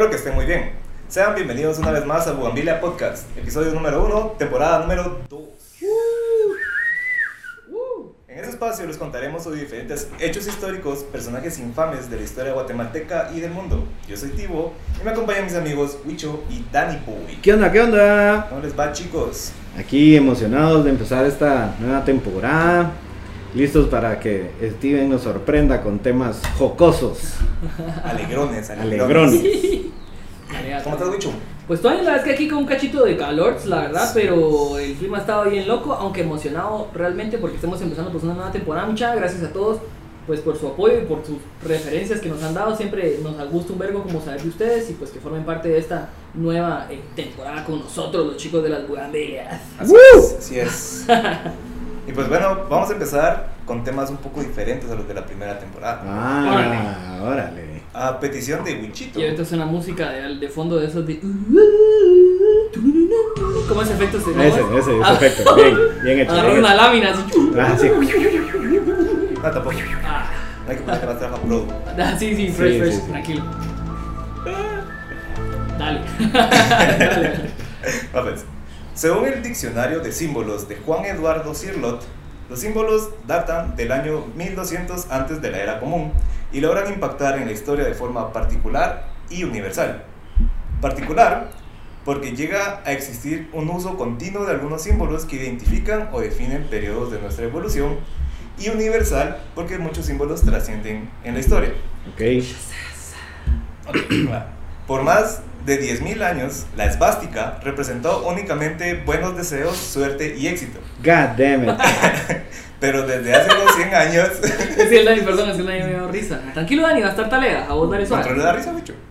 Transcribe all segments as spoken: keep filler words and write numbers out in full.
Espero que estén muy bien. Sean bienvenidos una vez más a Bugambilia Podcast, episodio número uno, temporada número dos. En este espacio les contaremos sobre diferentes hechos históricos, personajes infames de la historia guatemalteca y del mundo. Yo soy Tibo y me acompañan mis amigos Huicho y Danny Boy. ¿Qué onda? ¿Qué onda? ¿Cómo les va, chicos? Aquí emocionados de empezar esta nueva temporada, listos para que Steven nos sorprenda con temas jocosos. Alegrones, alegrones. Alegrones. ¿Cómo estás, Huicho? Pues todavía la verdad es que aquí con un cachito de calor, la verdad, pero el clima ha estado bien loco, aunque emocionado realmente porque estamos empezando pues una nueva temporada. Muchas gracias a todos pues por su apoyo y por sus referencias que nos han dado. Siempre nos gusta un vergo como saber de ustedes y pues que formen parte de esta nueva eh, temporada con nosotros, los chicos de las Bugambilias. Así es, así es. Y pues bueno, vamos a empezar con temas un poco diferentes a los de la primera temporada. Ah, órale. órale. A petición de Huichito. Y ahorita suena música de, de fondo de esos de... ¿Cómo ese efecto se llama? Ese, ese, ese ah. efecto, bien, bien hecho. Agarrar una lámina así. Ah, sí. No, tampoco. Ah. No hay que ponerle más trabajo a Pro. Ah, sí, sí, fresh, sí, fresh, sí, sí. tranquilo. Dale. Dale. Va pues. Según el diccionario de símbolos de Juan Eduardo Cirlot, los símbolos datan del año mil doscientos antes de la era común y logran impactar en la historia de forma particular y universal. Particular porque llega a existir un uso continuo de algunos símbolos que identifican o definen periodos de nuestra evolución, y universal porque muchos símbolos trascienden en la historia. Ok. Okay, bueno. Por más de diez mil años, la esvástica representó únicamente buenos deseos, suerte y éxito. God damn it. Pero desde hace unos cien años... Es que el Dani, perdón, es que el Dani me dio risa. Tranquilo, Dani, va a estar talega, a vos dale suave. ¿Control da risa, bicho?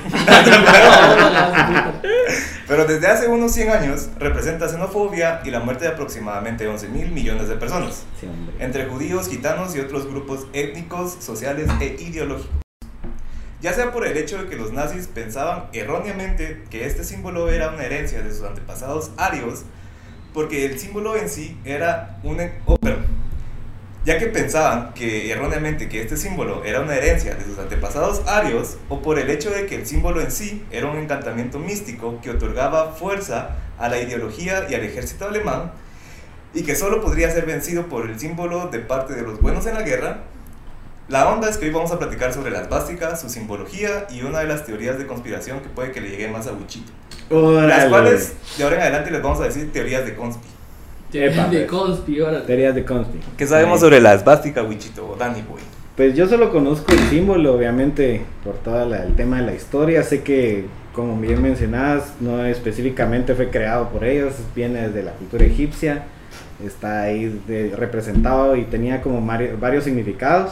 Pero desde hace unos cien años representa xenofobia y la muerte de aproximadamente once mil millones de personas, Sí, hombre. entre judíos, gitanos y otros grupos étnicos, sociales e ideológicos. Ya sea por el hecho de que los nazis pensaban erróneamente que este símbolo era una herencia de sus antepasados arios, porque el símbolo en sí era un... Oh, perdón. Ya que pensaban que erróneamente que este símbolo era una herencia de sus antepasados arios, o por el hecho de que el símbolo en sí era un encantamiento místico que otorgaba fuerza a la ideología y al ejército alemán, y que solo podría ser vencido por el símbolo de parte de los buenos en la guerra. La onda es que hoy vamos a platicar sobre la esvástica, su simbología y una de las teorías de conspiración que puede que le llegue más a Huichito. Las cuales de ahora en adelante les vamos a decir teorías de conspi. Epa, De pues. conspi, órale. Teorías de conspi. ¿Qué sabemos sobre la esvástica, Huichito o Danny Boy? Pues yo solo conozco el símbolo, obviamente, por todo la, el tema de la historia. Sé que, como bien mencionadas, no específicamente fue creado por ellos, viene desde la cultura egipcia, está ahí de, representado y tenía como mari- varios significados.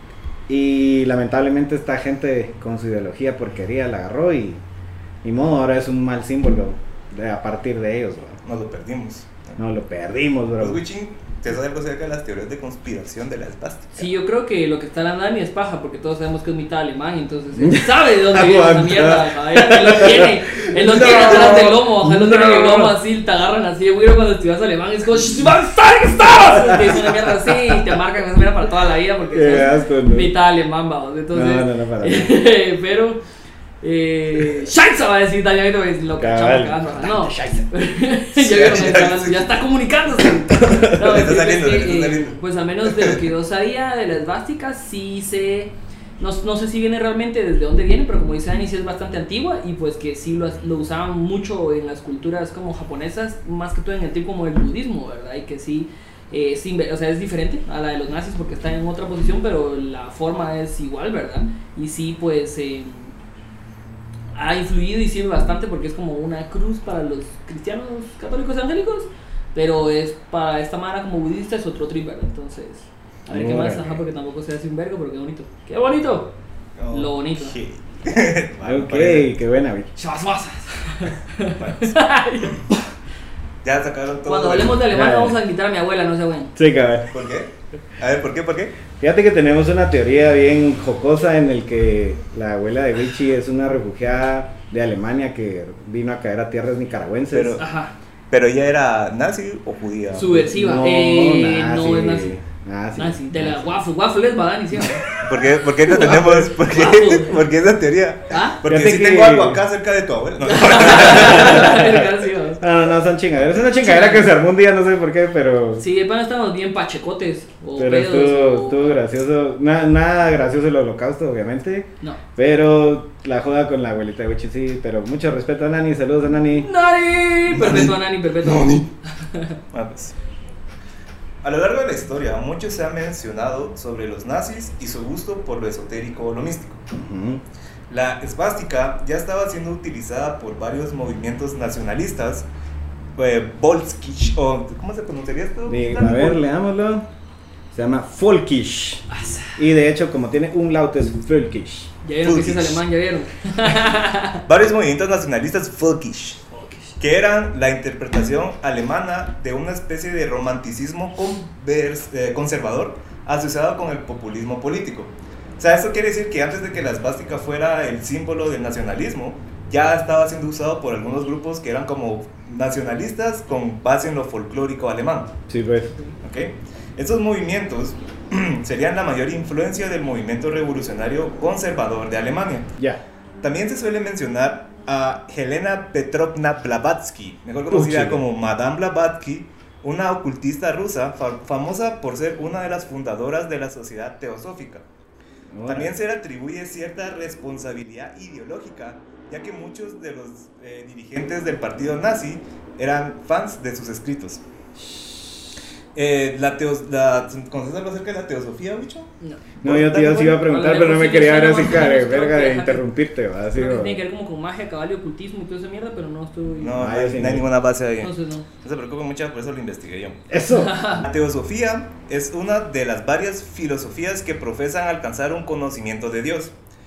Y lamentablemente esta gente con su ideología porquería la agarró y ni modo, ahora es un mal símbolo de, a partir de ellos, bro. Nos lo perdimos. No lo perdimos, bro. Pues, Wichin, ¿te sabes algo acerca de las teorías de conspiración de la esvástica? Sí, yo creo que lo que está hablando Dani es paja, porque todos sabemos que es mitad alemán, entonces él sabe de dónde viene esa mierda. Él, él lo tiene, él lo No, tiene atrás del lomo, él lo tiene en el no. lomo así, te agarran así de güiro cuando estudias alemán, es como ¡Shh, Van Stark, estás! Te dicen una mierda así y te marcan esa mierda para toda la vida porque Qué sos asco, ¿no? mitad alemán, vamos. Entonces, No, no, no, para nada. pero, eh, Scheisse va a decir Dani, ahorita pues, lo Cabal. cachamos cagando, no. ya vieron, ya, ya está comunicándose. No, Le es está que- saliendo, es le que, está eh, saliendo. pues al menos de lo que yo sabía de la esvástica, sí sé, no, no sé si viene realmente desde dónde viene, pero como dice Dani, sí es bastante antigua y pues que sí lo, lo usaban mucho en las culturas como japonesas, más que todo en el tipo como el budismo, ¿verdad? Y que sí, eh, sí, o sea, es diferente a la de los nazis porque está en otra posición, pero la forma es igual, ¿verdad? Y sí, pues... Eh, ha influido y sirve bastante porque es como una cruz para los cristianos católicos evangélicos, pero es para esta mara como budista es otro trip, ¿verdad? Entonces, a ver qué más, ajá, porque tampoco se hace un vergo, pero qué bonito. ¡Qué bonito! Oh, Lo bonito. okay. Ok, qué buena, bicho. ¡Chasmasas! Ya sacaron todo. Cuando hablemos de alemán Ya, ya. vamos a invitar a mi abuela, no sé, bueno. Sí, cabrón. ¿Por qué? A ver, ¿por qué? ¿Por qué? Fíjate que tenemos una teoría bien jocosa en el que la abuela de Vichy es una refugiada de Alemania que vino a caer a tierras nicaragüenses. Pero- Ajá. ¿Pero ella era nazi o judía? Subversiva. No, eh, nazi. no es nazi. Ah, sí. Ah, sí, de la waffle, waffle es Badani, ¿sí? ¿Por qué, por qué no tenemos? ¿Por qué, ¿Por qué esa teoría? ¿Ah? Porque Fíjate si que- tengo algo acá cerca de tu abuelo. No, Gracias. No, no, no, son chingaderas. Es una chingadera que se armó un día, no sé por qué, pero. Sí, de pana estábamos bien pachecotes. O Pero pedos, estuvo, o- estuvo gracioso. Na- nada gracioso el holocausto, obviamente. No. Pero la joda con la abuelita de Wichi, sí. Pero mucho respeto a Nani. Saludos a Nani. ¡Nani! Perpetua, Nani, perpetua. Ah, pues. A lo largo de la historia, mucho se ha mencionado sobre los nazis y su gusto por lo esotérico o lo místico. Ujú. La esvástica ya estaba siendo utilizada por varios movimientos nacionalistas, eh, Volskisch, o ¿cómo se pronunciaría esto? Digo, a ver, leámoslo. Se llama Folkish. Asa. Y de hecho, como tiene un laut, es Folkish. Ya vieron que sí es Fulkish. alemán, ya vieron. Varios movimientos nacionalistas Volkisch, que eran la interpretación alemana de una especie de romanticismo convers- eh, conservador asociado con el populismo político. O sea, esto quiere decir que antes de que la esvástica fuera el símbolo del nacionalismo, ya estaba siendo usado por algunos grupos que eran como nacionalistas con base en lo folclórico alemán. Sí, pues. ¿Ok? Estos movimientos serían la mayor influencia del movimiento revolucionario conservador de Alemania. Ya. También se suele mencionar a Helena Petrovna Blavatsky, mejor conocida Uy, sí. como Madame Blavatsky, una ocultista rusa fa- famosa por ser una de las fundadoras de la Sociedad Teosófica. También se le atribuye cierta responsabilidad ideológica, ya que muchos de los eh, dirigentes del partido nazi eran fans de sus escritos. Eh, la teos, la, ¿Conoces algo acerca de la teosofía, bicho? No. No, yo te yo sí iba a preguntar, Vale, pero no me sí, quería ver sí, así, sí, cara, sí, verga, sí, de sí. interrumpirte, va. Así, Creo que o- tiene que ver como con magia, caballo, ocultismo y toda esa mierda, pero no estoy. No, Ah, no, hay, yo sí no hay no. ninguna base ahí. Entonces no. No se preocupe mucho, por eso lo investigué yo. Eso. La teosofía es una de las varias filosofías que profesan alcanzar un conocimiento de Dios.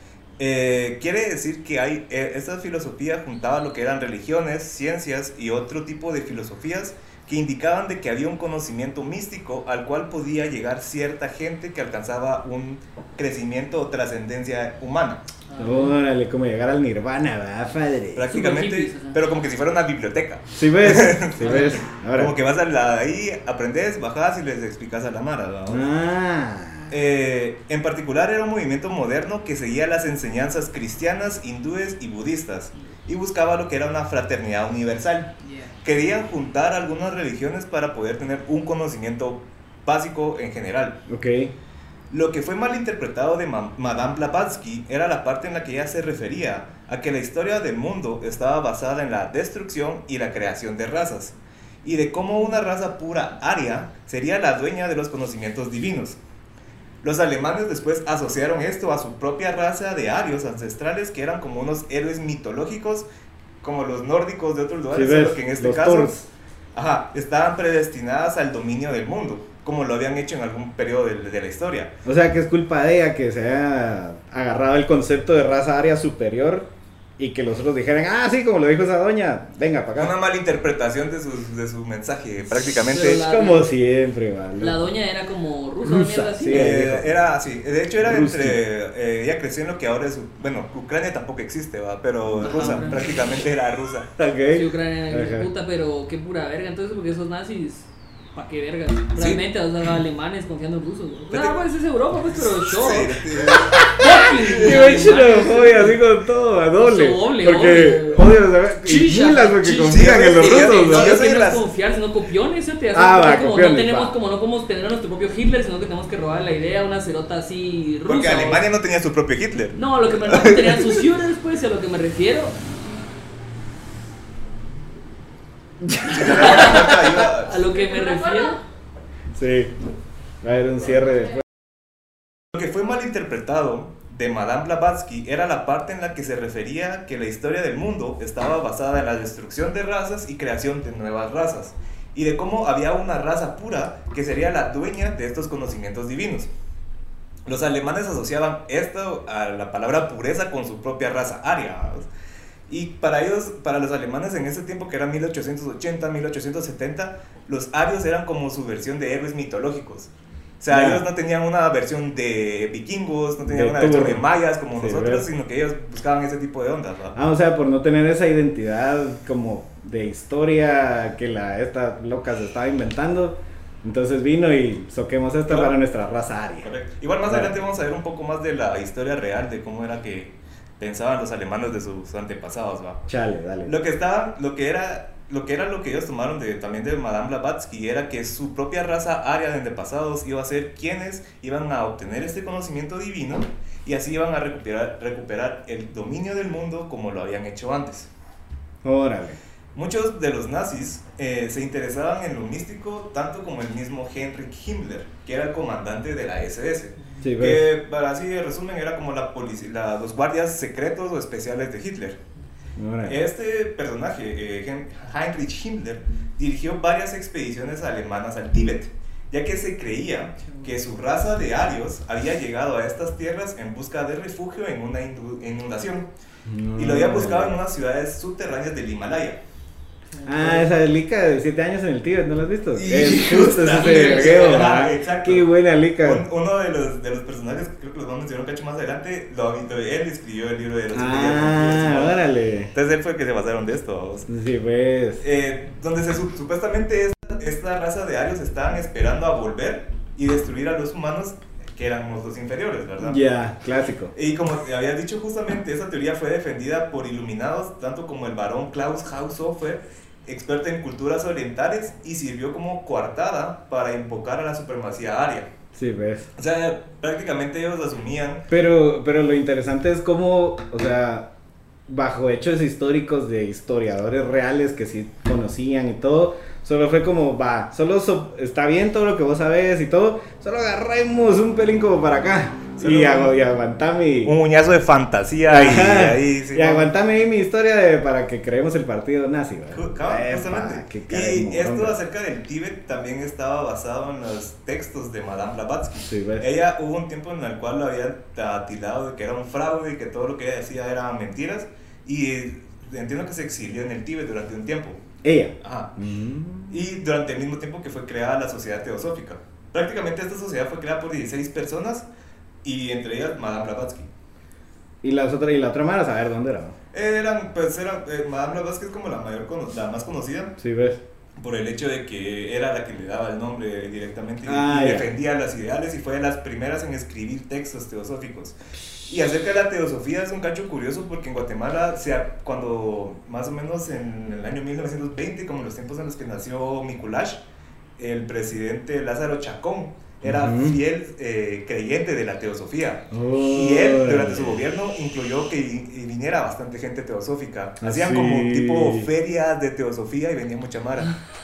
Eh, quiere decir que hay, eh, esta filosofía juntaba lo que eran religiones, ciencias y otro tipo de filosofías que indicaban de que había un conocimiento místico al cual podía llegar cierta gente que alcanzaba un crecimiento o trascendencia humana. Órale, como llegar al nirvana, va, padre. Prácticamente, hippies, ajá. pero como que si fuera una biblioteca. ¿Sí ves? ¿Sí ves? Ahora. Como que vas a la, ahí, aprendes, bajas y les explicas a la mara, ¿no? Ah. Eh, en particular era un movimiento moderno que seguía las enseñanzas cristianas, hindúes y budistas y buscaba lo que era una fraternidad universal. Yeah. Querían juntar algunas religiones para poder tener un conocimiento básico en general. Ok. Lo que fue malinterpretado de Ma- Madame Blavatsky era la parte en la que ella se refería a que la historia del mundo estaba basada en la destrucción y la creación de razas, y de cómo una raza pura aria sería la dueña de los conocimientos divinos. Los alemanes después asociaron esto a su propia raza de arios ancestrales que eran como unos héroes mitológicos, como los nórdicos de otros ¿Sí lugares, ves? solo que en este Los caso Thors. ajá, estaban predestinadas al dominio del mundo, como lo habían hecho en algún periodo de, de la historia. O sea, que es culpa de ella que se haya agarrado el concepto de raza aria superior y que los otros dijeran, ah, sí, como lo dijo esa doña, venga para acá. Una mala interpretación de su, de su mensaje, prácticamente. Pero la- Como siempre, ¿vale? La doña era como rusa, Rusa, una mierda así. sí. Eh, era así, de hecho era Ruski. entre, eh, ella creció en lo que ahora es, bueno, Ucrania tampoco existe, ¿va? Pero Ajá, rusa, Ucrania. prácticamente era rusa. Ok. Sí, Ucrania era Ajá. puta, pero qué pura verga. Entonces, porque esos nazis, ¿pa' qué verga? Realmente, o sea, alemanes confiando en rusos. ¿No? Vete- Ah, pues es Europa, pues, pero show. Sí, Fucking Yo he hecho alemanes. odio así con todo, a doble. Doble, porque obvio. odio saber. Y Chicha, mulas porque chicha. confían en los Sí, sí, rusos, sí, ¿no? sí, Yo yo soy que no las- es confiar, sino copiones, ¿sí? Te Ah, va, como copiones, no tenemos, va. como no podemos tener a nuestro propio Hitler, sino que tenemos que robar la idea a una cerota así rusa. Porque o- Alemania no tenía su propio Hitler. No, a lo que me refiero, tenían sus Führers, pues, y a lo que me refiero. A lo que me refiero. Sí. Va a haber un cierre después. Lo que fue malinterpretado de Madame Blavatsky era la parte en la que se refería que la historia del mundo estaba basada en la destrucción de razas y creación de nuevas razas, y de cómo había una raza pura que sería la dueña de estos conocimientos divinos. Los alemanes asociaban esto a la palabra pureza con su propia raza aria, ¿verdad? Y para ellos, para los alemanes en ese tiempo, que era mil ochocientos ochenta, mil ochocientos setenta, los arios eran como su versión de héroes mitológicos. O sea, Ya. ellos no tenían una versión de vikingos, no tenían De una versión de Thor. mayas como Sí, nosotros, ¿verdad? sino que ellos buscaban ese tipo de ondas, ¿va? Ah, o sea, por no tener esa identidad como de historia que la esta loca se estaba inventando, Entonces vino y soquemos esto Claro. para nuestra raza aria. Correcto. Igual más Claro. adelante vamos a ver un poco más de la historia real de cómo era que pensaban los alemanes de sus antepasados, ¿va? Chale, dale. Lo que estaba, lo que era, lo que era lo que ellos tomaron de, también de Madame Blavatsky era que su propia raza aria de antepasados iba a ser quienes iban a obtener este conocimiento divino y así iban a recuperar, recuperar el dominio del mundo como lo habían hecho antes. Órale. Muchos de los nazis eh, se interesaban en lo místico tanto como el mismo Heinrich Himmler, que era el comandante de la ese ese. Sí, ves. Que para así de resumen era como la polici- la, los guardias secretos o especiales de Hitler. Órale. Este personaje, eh, Hen- Heinrich Himmler, dirigió varias expediciones alemanas al Tíbet, ya que se creía que su raza de arios había llegado a estas tierras en busca de refugio en una indu- inundación y lo había buscado en unas ciudades subterráneas del Himalaya. Ah, esa lica de siete años en el Tíbet, ¿no lo has visto? Y Es justo ese justamente, vergueo, ajá, ¿verdad? exacto. Qué buena lica. Un- uno de los, de los personajes, creo que los vamos a mencionar un cacho más adelante, lo, lo- él escribió el libro de los Ah, órale. Entonces él fue el que se basaron de esto, vamos. Sí, pues. Eh, donde se, su- supuestamente esta, esta raza de arios estaban esperando a volver y destruir a los humanos que eran los inferiores, ¿verdad? Ya, clásico. Y como te había dicho justamente, esa teoría fue defendida por iluminados, tanto como el barón Klaus Haushofer, experto en culturas orientales, y sirvió como coartada para invocar a la supremacía aria. Sí, ves. O sea, prácticamente ellos asumían... Pero, pero lo interesante es cómo, o sea, bajo hechos históricos de historiadores reales que sí conocían y todo, solo fue como, va, solo so- está bien todo lo que vos sabés y todo, solo agarremos un pelín como para acá. Solo Y, un- hago, y aguantame. Un muñazo de fantasía y Ajá, ahí... sí, y ¿no? aguantame ahí mi historia de, para que creemos el partido nazi, ¿verdad? Ju- cabal, Epa, justamente. qué cara de Y morón, esto ¿verdad? acerca del Tíbet también estaba basado en los textos de Madame Blavatsky. Sí, ves. Ella hubo un tiempo en el cual lo había tildado de que era un fraude y que todo lo que ella decía eran mentiras, y entiendo que se exilió en el Tíbet durante un tiempo. Ella. Ajá. Mm. Y durante el mismo tiempo que fue creada la Sociedad Teosófica. Prácticamente esta sociedad fue creada por dieciséis personas y entre ellas Madame Blavatsky. Y las otras, y la otra mara, a saber dónde era. Eran, pues, eran, eh, Madame Blavatsky es como la, mayor, cono- la más conocida Sí, ves. por el hecho de que era la que le daba el nombre directamente y, Ah, y ya. defendía las ideales y fue de las primeras en escribir textos teosóficos. Y acerca de la teosofía es un cacho curioso porque en Guatemala, se ha- cuando más o menos en el año mil novecientos veinte, como en los tiempos en los que nació Mikulash, el presidente Lázaro Chacón era Ujú. fiel eh, creyente de la teosofía. Oh, Y él, durante su gobierno, incluyó que vi- y viniera bastante gente teosófica. Hacían Así. como tipo ferias de teosofía y venía mucha mara.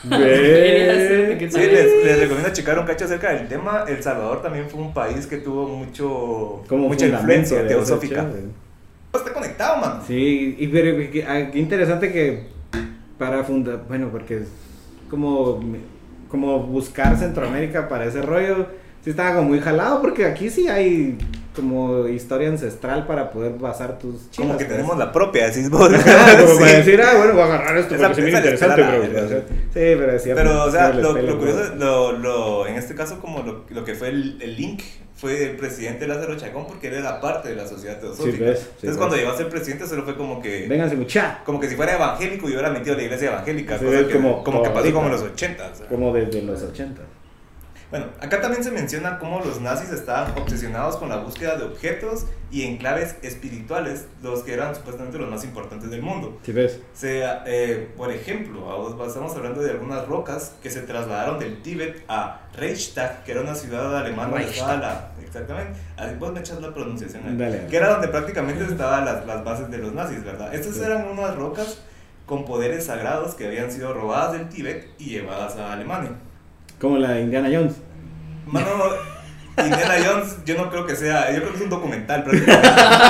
Ve. ¿Qué Sí, tal? les, les recomiendo checar un cacho acerca del tema. El Salvador también fue un país que tuvo mucho, Como mucha fundamento influencia de ese teosófica. chévere. Está conectado, mano. Sí, y pero qué, ah, qué interesante que para fundar, bueno, porque es como, como buscar Centroamérica para ese rollo, sí estaba como muy jalado, porque aquí sí hay como historia ancestral para poder basar tus chivas. Como que pues. tenemos la propia, decís vos. Ajá, como Sí. para decir, ah, bueno, voy a agarrar esto Esa- porque es bien esa le interesante, está la- pero, la- o sea, sí, pero es cierto. Pero, o sea, sí, les lo, pela lo un curioso, huevo. lo, lo, en este caso, como lo, lo que fue el, el link, fue el presidente Lázaro Chacón, porque él era parte de la sociedad teosófica. Sí, ves, sí, Entonces, ves. cuando llegó a ser presidente, solo fue como que. Vénganse mucha, Como que si fuera evangélico y hubiera metido a la iglesia evangélica, Sí, cosa es que, como- como, que pasó ahorita. como en los ochentas. como desde los ochenta. Bueno, acá también se menciona cómo los nazis estaban obsesionados con la búsqueda de objetos y enclaves espirituales, los que eran supuestamente los más importantes del mundo. ¿Sí ves? O sea, eh, por ejemplo, a- estamos hablando de algunas rocas que se trasladaron del Tíbet a Reichstag, que era una ciudad alemana donde estaba la... Exactamente, ahí vos me echas la pronunciación ahí. Dale. Que era donde prácticamente estaban las, las bases de los nazis, ¿verdad? Estas Sí. eran unas rocas con poderes sagrados que habían sido robadas del Tíbet y llevadas a Alemania. Como la de Indiana Jones. Mano, Indiana Jones, yo no creo que sea, yo creo que es un documental prácticamente.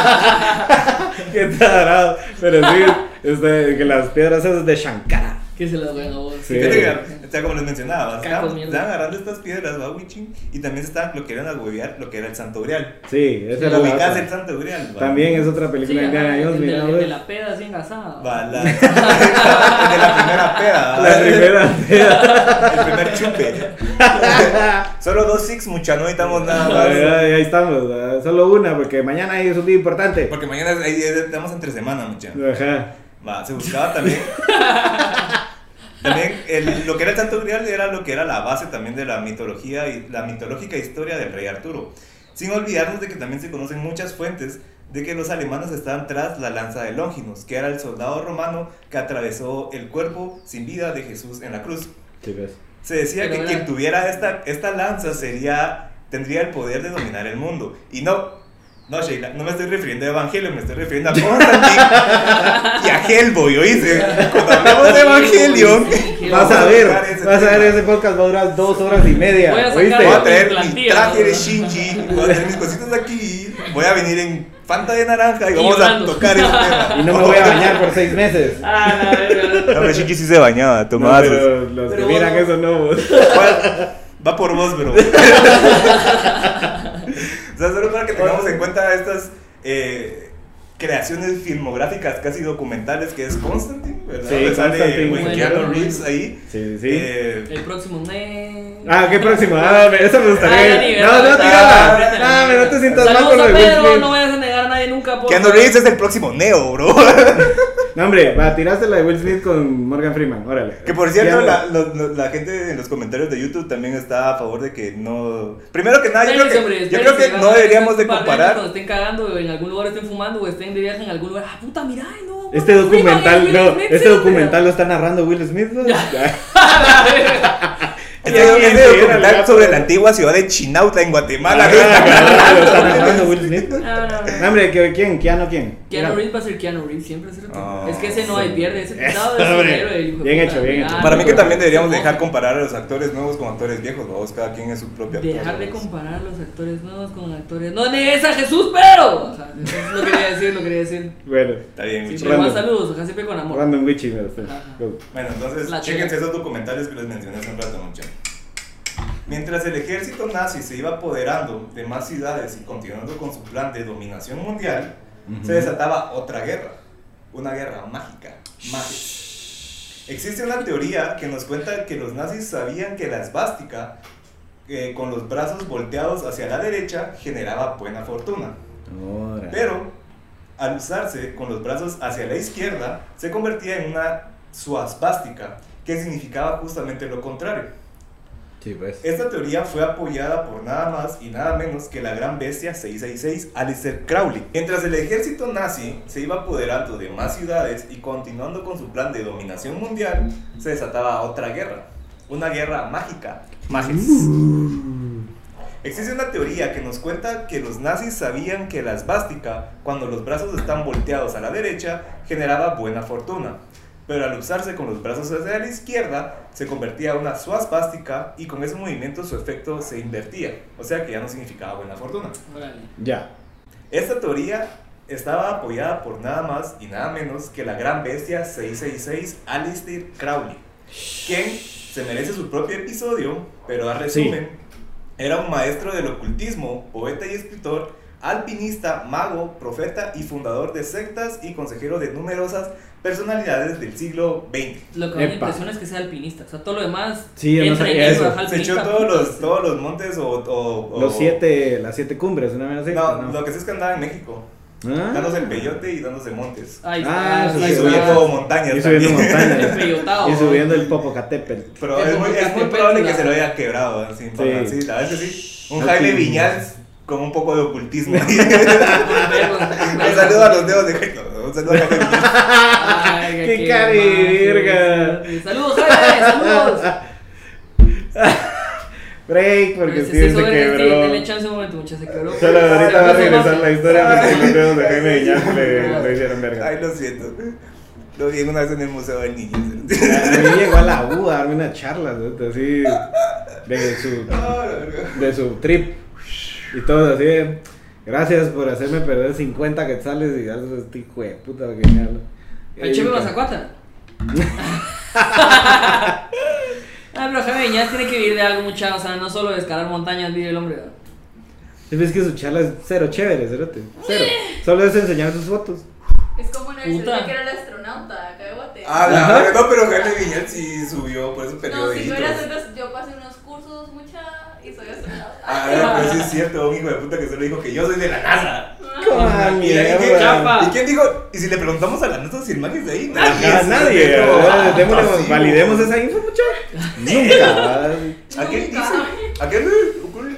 Qué tarado. Pero sí, este, que las piedras esas de Shankara. Que se las ven a vos. Sí. Fíjate que, o sea, como les mencionaba, Cacos, estaban, mierda. estaban agarrando estas piedras, ¿va, Wichin? Y también se estaban, lo que eran a huevear, lo que era el Santo Grial. Sí, esa era la Ubicás otra. el Santo Grial, ¿va? También es otra Sí, película de ajá, Indiana Jones, el de, mira, la, el güey. de la peda así engasada. Va, la, el de la primera peda, ¿va? La primera peda. El primer chupe. Solo dos six, mucha, no necesitamos nada más. Ahí, ahí- ahí estamos, ¿verdad? Solo una, porque mañana es un día importante. Porque mañana es- ahí estamos entre semana, mucha. Ajá. Va, se buscaba también. También el, lo que era el Santo Grial era lo que era la base también de la mitología y la mitológica historia del rey Arturo. Sin olvidarnos de que también se conocen muchas fuentes de que los alemanes estaban tras la lanza de Longinus, que era el soldado romano que atravesó el cuerpo sin vida de Jesús en la cruz. Sí, ves. Se decía Pero que era- quien tuviera esta, esta lanza sería, tendría el poder de dominar el mundo. Y no, no Sheila, no me estoy refiriendo a Evangelion, me estoy refiriendo a Constantine y a Hellboy, ¿oíste? Cuando hablamos de Evangelion, Sí, Vas a vamos ver, tocar ese vas a ver, tema. ese podcast va a durar dos horas y media. Voy a sacar- ¿Oíste? Voy a traer mi plantilla, traje de ¿no? Shinji, voy a traer mis cositas aquí, voy a venir en Fanta de naranja y Y vamos a llorando. tocar ese tema. Y no me voy a bañar por seis meses. Ah, la verga. No, pero Shinji sí se bañaba, No, tomaba sus- pero los Pero que miran bueno. eso no. Va, va por vos, bro. O sea, solo para que tengamos en cuenta estas eh, creaciones filmográficas casi documentales que es Constantine, ¿verdad? Sí, Donde sale Constantine. buen Bueno, Keanu bueno. Reeves ahí. Sí, sí. Eh, El próximo mes. Ah, ¿qué próximo? Ah, me- eso me Ah, gustaría. ya ni No, no, verga. tírala. Ah, No, me no te sientas mal Saludos con lo a de Will Pedro, Smith. no vayas a negar a nadie nunca. por Keanu favor. Reeves es el próximo Neo, bro. No, hombre, va, tiraste la de Will Smith con Morgan Freeman, órale. Que por cierto, Ya, la, lo- lo- la gente en los comentarios de YouTube también está a favor de que no. Primero que nada, yo creo Espérense, que, hombre, yo espérense, creo que van no a ver deberíamos de un par años comparar. Cuando estén cagando o en algún lugar estén fumando o estén de viaje en algún lugar. Ah, puta, mira, ay, no. Este Morgan Freeman, documental, Will no, Smith, este sí, documental lo está narrando Will Smith, ¿no? Ya. Este Ya, es ya, un ya, documental ya, sobre ya. la antigua ciudad de Chinautla en Guatemala. Ah, ¿no? Está claro, lo está grabando. narrando Will Smith. No, no, no. No, hombre, ¿qué- ¿quién? ¿Keanu quién? Keanu Mira. Reeves va a ser Keanu Reeves siempre, ¿cierto? Oh, es que ese no sí. hay pierde, ese Eso, pisado es un hombre. héroe, hijo de Bien puta. hecho, bien Ah, hecho. Para mí no, que también deberíamos no. dejar comparar a los actores nuevos con actores viejos, ¿no? Cada quien es su propio actor. Dejar de ¿no? comparar los actores nuevos con actores. ¡No negues a Jesús, pero! O sea, eso es lo quería decir, lo quería decir. Bueno, Está bien, Sí, Wichi. pero más Random. saludos, acá siempre con amor. Random Witchy, me gusta. Ajá. Go. Bueno, entonces, La chéquense chica. esos documentales que les mencioné hace un rato, mucho. Mientras el ejército nazi se iba apoderando de más ciudades y continuando con su plan de dominación mundial, Ujú. se desataba otra guerra, una guerra mágica. mágica. Existe una teoría que nos cuenta que los nazis sabían que la esvástica, eh, con los brazos volteados hacia la derecha, generaba buena fortuna. Ahora. Pero, al usarse con los brazos hacia la izquierda, se convertía en una suasvástica, que significaba justamente lo contrario. Sí, pues. Esta teoría fue apoyada por nada más y nada menos que la gran bestia seiscientos sesenta y seis, Aleister Crowley. Mientras el ejército nazi se iba apoderando de más ciudades y continuando con su plan de dominación mundial, se desataba otra guerra, una guerra mágica. Magis. Existe una teoría que nos cuenta que los nazis sabían que la esvástica, cuando los brazos están volteados a la derecha, generaba buena fortuna. Pero al usarse con los brazos hacia la izquierda, se convertía en una suasvástica y con ese movimiento su efecto se invertía. O sea que ya no significaba buena fortuna. Órale. Ya. Esta teoría estaba apoyada por nada más y nada menos que la gran bestia seiscientos sesenta y seis, Aleister Crowley, quien se merece su propio episodio, pero a resumen, era un maestro del ocultismo, poeta y escritor, alpinista, mago, profeta y fundador de sectas y consejero de numerosas personalidades del siglo veinte. Lo que me Epa. impresiona es que sea alpinista. O sea, todo lo demás. Sí, yo no entra en sabía eso. ajá, Se echó alpinista, todos los, putas. todos los montes o... o- o- Los siete, las siete cumbres, una vez así. No, lo que sí es que andaba en México, Ah. dándose el peyote y dándose montes. Ahí Ah, está. sí, Y ahí sí, está. subiendo montañas Y subiendo también. montañas. Empeyotado. Y subiendo el Popocatépetl. Pero Es es muy, como es muy Catepec, probable que la- se lo haya quebrado. Así, Sí. sí. sí, la verdad es que sí. Un Alpin- Jaime Viñals con un poco de ocultismo. Con vergos, con Un vergos. saludo a los dedos de Jaime. Un saludo a Jaime Viñals. Ay, ¡Qué cari, maje. verga! Saludos, Jaime, saludos. Break, porque Ese- Steven ese se sobre este, quebró. Denle chance un momento, muchachos, se quebró. Solo ahorita va a Eso regresar más- la historia porque los dedos de Jaime Viñas le, le hicieron verga. Ay, lo siento. Lo vi una vez en el Museo del Niño. A mí llegó a la U a darme una charla, ¿no? Así, de su, Ah, la verga. de su trip. Y todo así, de, gracias por hacerme perder cincuenta quetzales y algo este hijo de puta que me habla. El Chepe Mazacuata. Ah, pero Jaime Viñas tiene que vivir de algo mucha, o sea, no solo de escalar montañas vive el hombre, ¿verdad? Si ves que su charla es cero chévere, cerote. Cero. Solo es enseñar sus fotos. Es como en el Puta. sitio que era el astronauta acá de Guate. Ah, la Ajá. verga. No, pero Jaime Viñals sí subió por esos No, si perioditos. fuera entonces yo pasé unos cursos mucha y soy astronauta. Ah, pero sí es cierto, un hijo de puta que solo dijo que yo soy de la NASA. Ah, ¿Y, mierda. quién- Chapa. ¿Y quién dijo? ¿Y si le preguntamos a la nota si el man es de ahí? Ajá, nadie. Pero, ¿verdad? ah, Démosle- así, validemos güey. esa info, mucho. Nunca. ¿A quién Nunca. dice? ¿A quién le ocurre?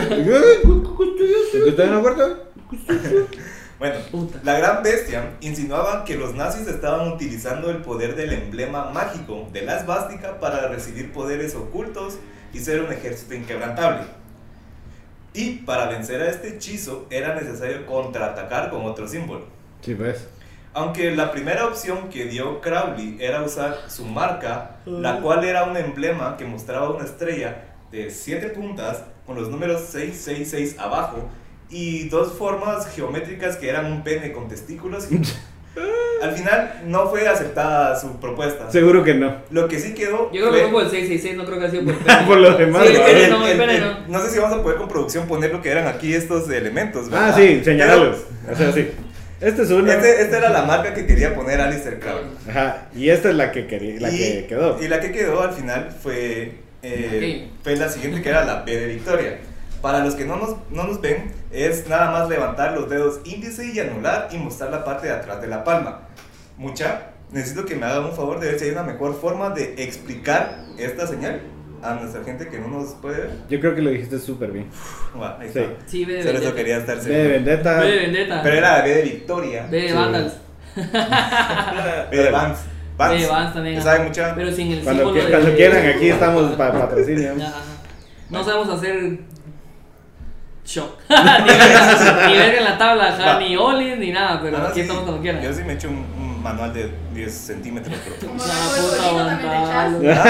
¿Está en la puerta? Bueno, Puta. la gran bestia insinuaba que los nazis estaban utilizando el poder del emblema mágico de la esvástica para recibir poderes ocultos y ser un ejército inquebrantable. Y para vencer a este hechizo era necesario contraatacar con otro símbolo. Sí, pues. Aunque la primera opción que dio Crowley era usar su marca, la cual era un emblema que mostraba una estrella de siete puntas con los números seis seis seis abajo y dos formas geométricas que eran un pene con testículos. Al final no fue aceptada su propuesta. Seguro que no. Lo que sí quedó Yo creo fue- que fue por el seis seis seis, no creo que haya sido por el pene. Por los demás. Sí, el ¿no? pene el- no, el el- pene el- no. no sé si vamos a poder con producción poner lo que eran aquí estos elementos, Ah, ¿verdad? sí, señalalos. Pero O sea, sí. Este es uno. este- esta era la marca que quería poner Aleister Crowley. Ajá. Y esta es la que quería, la y, que quedó. Y la que quedó al final fue, eh, Ok. fue la siguiente, que era la B de Victoria. Para los que no nos, no nos ven, es nada más levantar los dedos índice y anular y mostrar la parte de atrás de la palma. Mucha, necesito que me hagan un favor de ver si hay una mejor forma de explicar esta señal a nuestra gente que no nos puede ver. Yo creo que lo dijiste súper bien. Bueno, ahí Sí. está. Sí, ve de Solo eso Vendetta. quería estar B de seguro. Vendetta. Ve de Vendetta. Pero era la B de Victoria. Ve de Sí. Vandals. B de Vance. Ve de Vans también. ¿Ya saben mucha? Pero sin el Cuando, símbolo qui- de- cuando quieran, aquí estamos para patrocinio. Ajá. No sabemos hacer show. ni, ver, ni ver en la tabla, ajá, Va. ni Olis, ni nada, pero No, no, aquí sí, estamos cuando quieran. Yo sí me echo un, un manual de diez centímetros, pero... Como Ya, el puta, bolito también te aguantalo.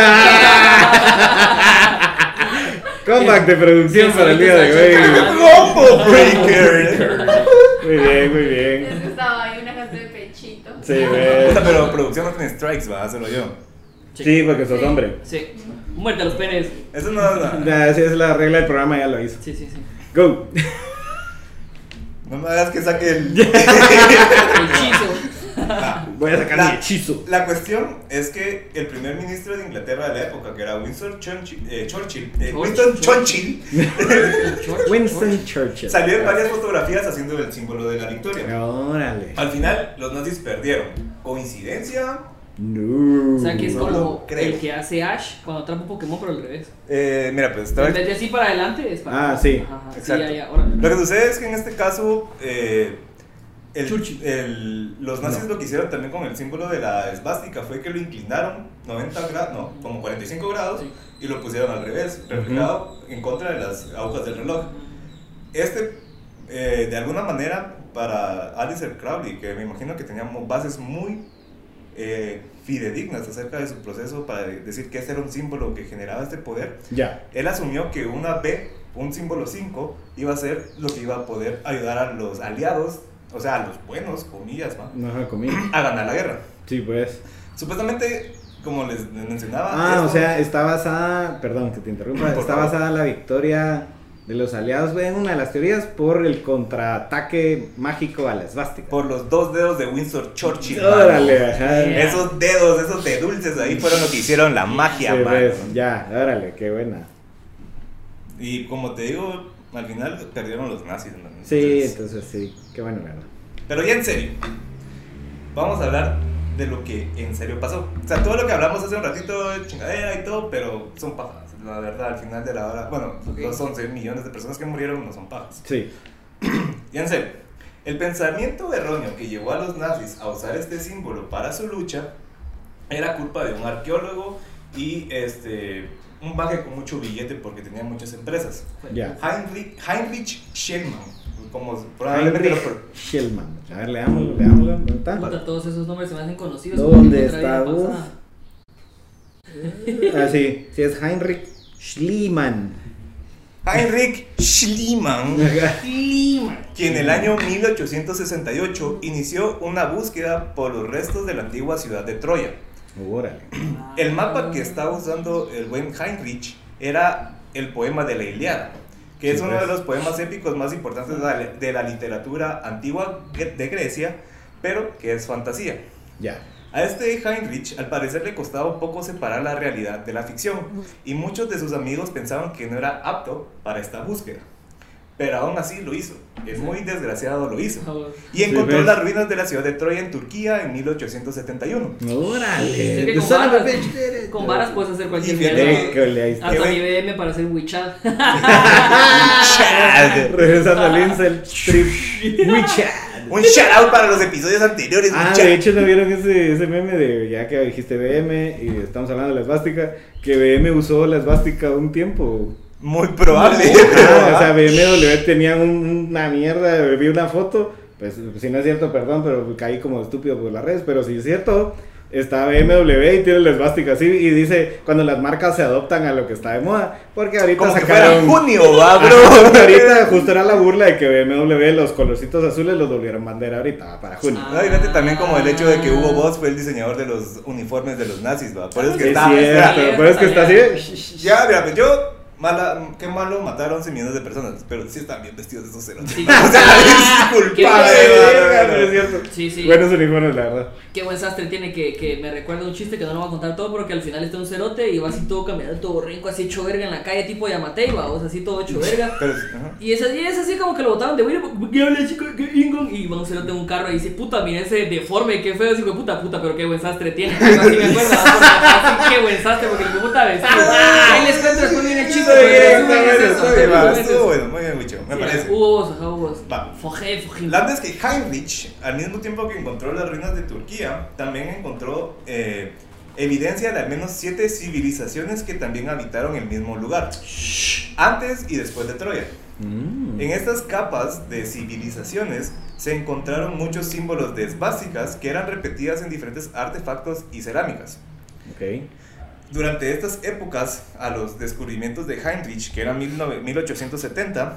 Comeback de producción Sí, para el sí, día de sí, hoy. sí. ¡Combo breaker! Muy bien, muy Es bien. que estaba ahí una gente de pechito. Sí, ves. Puta, pero producción no tiene strikes, va, solo yo. Sí, porque sos hombre. Sí. Muerte a los penes. Eso no es nada. Ya, esa es la regla del programa, ya lo hizo. Sí, sí, sí. Go. No me hagas que saque el... Hechizo. Ah, Voy a sacar La- mi hechizo. La cuestión es que el primer ministro de Inglaterra de la época, que era Winston Churchill, eh, Churchill, eh, Churchill. Winston Churchill, George, Winston George. Churchill. salió en varias fotografías haciendo el símbolo de la victoria. Órale. Al final, los nazis perdieron. ¿Coincidencia? No. O sea que es No como lo creo. el que hace Ash cuando atrapa un Pokémon, pero al revés. Eh, mira, pues estaba... En vez de así para adelante, es para Ah, sí. Ajá, ajá. Exacto. Sí, ya, ya, órale. Lo que sucede es que en este caso, eh, el- Churchill. el- los nazis No. lo que hicieron también con el símbolo de la esvástica fue que lo inclinaron noventa grados, no, como cuarenta y cinco grados, Sí. y lo pusieron al revés, reflejado en contra de las agujas del reloj. Este, eh, de alguna manera, para Aleister Crowley, que me imagino que tenía mo- bases muy eh, fidedignas acerca de su proceso para de- decir que este era un símbolo que generaba este poder, Ya. él asumió que una B, un símbolo cinco, iba a ser lo que iba a poder ayudar a los aliados, o sea, a los buenos, comillas, ¿va? No se comí. a ganar la guerra. Sí, pues. Supuestamente, como les les mencionaba... Ah, o esto- sea, está basada, perdón que te interrumpa, Por está favor. basada la victoria de los aliados, en una de las teorías, por el contraataque mágico a la esvástica. por los dos dedos de Winston Churchill. Órale, mano. ajá. Yeah. Esos dedos, esos de dulces ahí fueron lo que hicieron la magia, Sí, mano. ves, ya, órale, qué buena. Y como te digo, al final perdieron los nazis, mano. Sí, Entonces- entonces sí, qué bueno, ¿verdad? Pero ya en serio, vamos a hablar de lo que en serio pasó. O sea, todo lo que hablamos hace un ratito es chingadera y todo, pero son pajas. La verdad, al final de la hora, bueno, Ok. los once millones de personas que murieron no son pajas. Sí, Ya en serio, el pensamiento erróneo que llevó a los nazis a usar este símbolo para su lucha era culpa de un arqueólogo y este, un baje con mucho billete porque tenía muchas empresas. ya. Heinrich, Heinrich Schliemann, como probablemente Heinrich lo pro- Schliemann. A ver, leámoslo, leámoslo. ¿Dónde está? Puta, todos esos nombres se me hacen conocidos. ¿Dónde como otra está, vida vos? pasada. Ah, sí, sí es Heinrich Schliemann. Heinrich Schliemann, Lima. quien en el año mil ochocientos sesenta y ocho inició una búsqueda por los restos de la antigua ciudad de Troya. Órale. El mapa que estaba usando el buen Heinrich era el poema de la Ilíada, que es Sí, uno de pues. los poemas épicos más importantes de la, de la literatura antigua gre- de Grecia, pero que es fantasía. Ya. A este Heinrich al parecer le costaba un poco separar la realidad de la ficción, y muchos de sus amigos pensaban que no era apto para esta búsqueda. pero aún así lo hizo. El muy desgraciado lo hizo. Ah, bueno. Y encontró ¿ves? las ruinas de la ciudad de Troya en Turquía en mil ochocientos setenta y uno. ¡Órale! Es que The con son of a varas, bitch did it. con varas puedes hacer cualquier Y fíjate mierda. que- Que le ahí está. Hasta que mi ve- B M para hacer WeChat. Regresando al Incel Trip. WeChat. Un shout out para los episodios anteriores. Ah, mucha- de hecho, ¿no vieron ese, ese meme de, ya que dijiste B M y estamos hablando de la esvástica, que B M usó la esvástica un tiempo? Muy probable. Ah, o sea, B M W tenía un- una mierda, vi una foto, pues si no es cierto, perdón, pero caí como estúpido por las redes, pero si es cierto, está B M W y tiene la esvástica así y dice cuando las marcas se adoptan a lo que está de moda, porque ahorita Como que fuera sacaron... junio, va, bro. Ajá, porque ahorita justo era la burla de que B M W los colorcitos azules los volvieron bandera ahorita para junio. Ah. No, y fíjate también como el hecho de que Hugo Boss fue el diseñador de los uniformes de los nazis, ¿va? Por eso es que Es está... cierto, espera, pero es que está así. ya, mira, pues yo... Mala, qué malo matar a once millones de personas, pero sí están bien vestidos esos cerotes. Sí. O sea, es Qué culpable, Verga, va, pero es cierto. Sí, sí. Buenos uniformes, la verdad. Qué buen sastre tiene que, que me recuerda un chiste que no lo voy a contar todo porque al final está un cerote y va así todo caminando, todo rico, así hecho verga en la calle, tipo Yamatei, va, o sea, así todo hecho verga. Pero, ajá. Y es así, es así como que lo botaron de güey, ¿qué habla chico? ¿Qué Ingon? Y va un cerote en un carro y dice, puta, mira ese deforme, qué feo, así, puta, puta, pero qué buen sastre tiene. Y así me acuerdo, ¿no? Porque así, qué buen sastre, porque el puta vestido. Ahí les cuento después viene el chiste, Está pero bien, resumen está es bien, eso, está bien, resumen Va, es estuvo eso. bueno, muy bien, Wicho, me Sí, parece. Hubo vos, ajá, hubo vos. Va. Foje, foje. La verdad es que Heinrich, al mismo tiempo que encontró las ruinas de Turquía, también encontró eh, evidencia de al menos siete civilizaciones que también habitaron el mismo lugar, antes y después de Troya. Mm. En estas capas de civilizaciones se encontraron muchos símbolos de esvásticas que eran repetidas en diferentes artefactos y cerámicas. Ok. Durante estas épocas, a los descubrimientos de Heinrich, que era mil ochocientos setenta,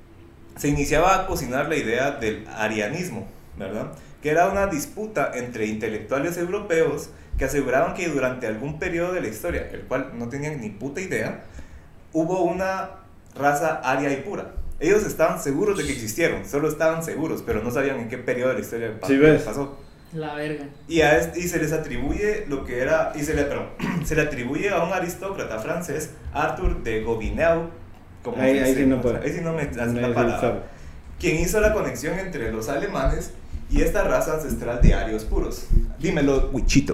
se iniciaba a cocinar la idea del arianismo, ¿verdad? Que era una disputa entre intelectuales europeos que aseguraban que durante algún periodo de la historia, el cual no tenían ni puta idea, hubo una raza aria y pura. Ellos estaban seguros de que existieron, solo estaban seguros, pero no sabían en qué periodo de la historia pa- Sí, ¿ves? pasó. La verga. Y, a este- y se les atribuye lo que era, y se le, perdón, se le atribuye a un aristócrata francés, Arthur de Gobineau, como Ahí- se ahí dice, sí no ¿no? puedo. Ahí sí no me hace No la es palabra. el Quien hizo la conexión entre los alemanes y esta raza ancestral de arios puros. Dímelo, Wichito.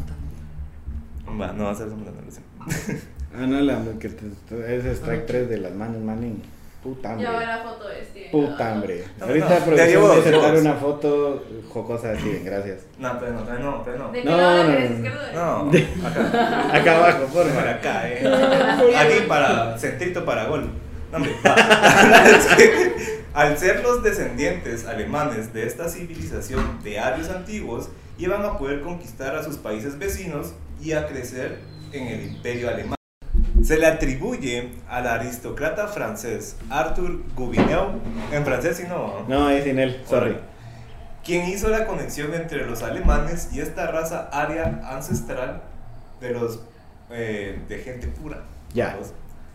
Va, no va a ser sombra, no lo sé. Ah, no, la que te- te- es Strike tres de las manos, manín. Puta hambre. Yo veo la foto de Steven. Puta hambre. No, Ahorita no, producción ya llevo voy a dos, aceptar dos. una foto jocosa de Steven, gracias. No, pero no, pero no, pero no. ¿De qué No, lado no, eres? no. ¿Izquierdo o derecho? No, acá. Acá abajo, por Por favor. acá, eh. Aquí para centrito para gol. No, hombre, va. La verdad es que, al ser los descendientes alemanes de esta civilización de arios antiguos, iban a poder conquistar a sus países vecinos y a crecer en el imperio alemán. Se le atribuye al aristócrata francés Arthur Gobineau, en francés sí no, No, ahí sin él, sorry. quien hizo la conexión entre los alemanes y esta raza aria ancestral de los eh, de gente pura. Ya. Los-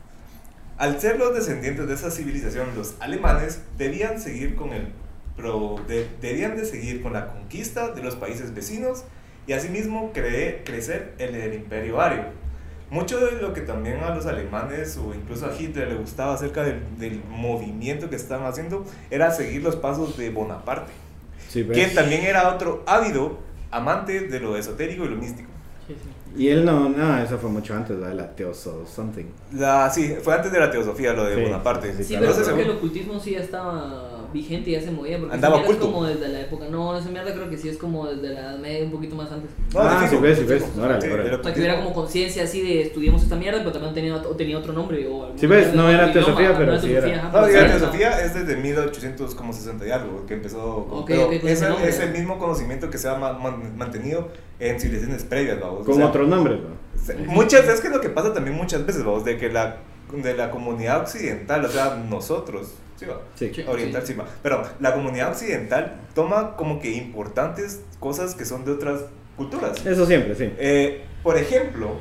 Al ser los descendientes de esa civilización, los alemanes debían seguir con el pro- de- debían de seguir con la conquista de los países vecinos y asimismo cre- crecer en el imperio ario. Mucho de lo que también a los alemanes o incluso a Hitler le gustaba acerca del, del movimiento que estaban haciendo era seguir los pasos de Bonaparte, Sí, ves. quien también era otro ávido amante de lo esotérico y lo místico. Sí, sí. Y él no, no, eso fue mucho antes, ¿verdad? La Teoso something. La, sí, fue antes de la teosofía lo de Sí, Bonaparte. sí, Sí, claro. pero No sé, creo que el según- ocultismo sí ya estaba vigente, ya se movía. Porque Andaba esa mierda es oculto. como desde la época. No, esa mierda creo que sí es como desde la Edad Media, un poquito más antes. No, Ah, fijo, sí ves, sí fijo. ves. Órale, Sí, órale. el O sea, que hubiera como conciencia así de estudiemos esta mierda, pero también tenía, o tenía otro nombre. O algún- Sí, ves, no era idioma, teosofía, ajá, pero no sí teosofía, era. ajá, No, pero diga, sí, la ajá. teosofía es desde mil ochocientos sesenta y algo, que empezó. con- Ok, pero ok, con ese ese nombre. es el mismo conocimiento que se ha ma- man- mantenido en civilizaciones previas, vamos. O Con sea, otros nombres, ¿no? se- Muchas veces, que es lo que pasa también muchas veces, vamos, de que la, de la comunidad occidental, o sea, nosotros, sí, va. Sí. Sí. Oriental, sí, va. Pero la comunidad occidental toma como que importantes cosas que son de otras culturas. Eso siempre, sí. Eh, por ejemplo,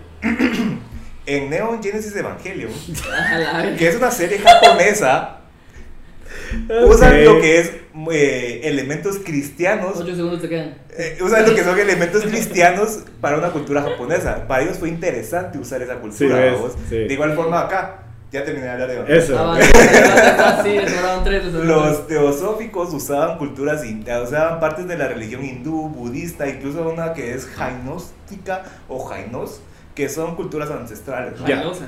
en Neon Genesis Evangelion, A la verga. que es una serie japonesa, usan lo que es eh, elementos cristianos, Ocho segundos te quedan. eh, usan lo que son elementos cristianos para una cultura japonesa. Para ellos fue interesante usar esa cultura. Sí, ves, ¿vamos? sí. De igual forma acá, Ya terminé de hablar de Evangelion. Eso. Ah, vale, sí, le sobraron tres, le sobraron Los teosóficos usaban culturas, in- usaban partes de la religión hindú, budista, incluso una que es jainóstica o jainos, que son culturas ancestrales. tres. Ya. Jailosa.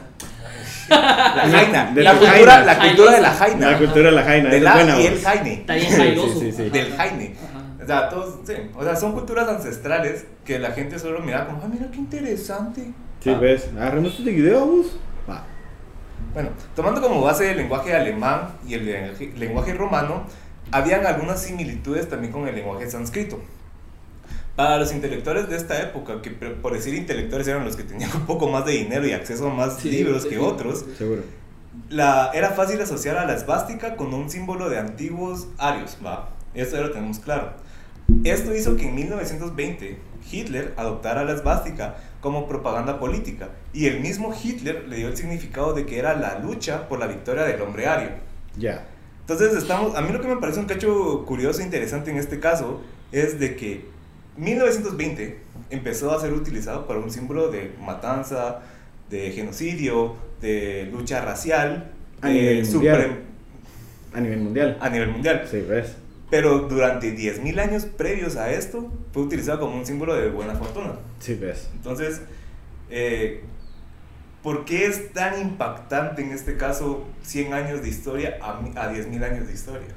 La jaina, De la la cultura, jaina. la cultura de la jaina. La cultura de la jaina. de esa la es buena y el voz. jaine. Está bien jailoso. Sí, sí, sí. Del jaine. Ajá. O sea, todos, sí, o sea, son culturas ancestrales que la gente solo mira como, ah, mira qué interesante. Sí, Ah. ves. Agarremos este video, vos. Va. Bueno, tomando como base el lenguaje alemán y el lenguaje, lenguaje romano, habían algunas similitudes también con el lenguaje sánscrito. Para los intelectuales de esta época, que por decir intelectuales eran los que tenían un poco más de dinero y acceso a más Sí, libros sí, que sí. otros, Seguro. la, era fácil asociar a la esvástica con un símbolo de antiguos arios, va, esto ya lo tenemos claro. Esto hizo que en mil novecientos veinte Hitler adoptara la esvástica como propaganda política, y el mismo Hitler le dio el significado de que era la lucha por la victoria del hombre ario. Ya. Entonces estamos, a mí lo que me parece un cacho curioso e interesante en este caso es de que mil novecientos veinte empezó a ser utilizado para un símbolo de matanza, de genocidio, de lucha racial, A de nivel mundial. suprem- A nivel mundial. a nivel mundial. Sí, ves. Pero durante diez mil años previos a esto fue utilizado como un símbolo de buena fortuna. Sí, ves. Entonces, eh, ¿por qué es tan impactante en este caso cien años de historia a, mi- a diez mil años de historia?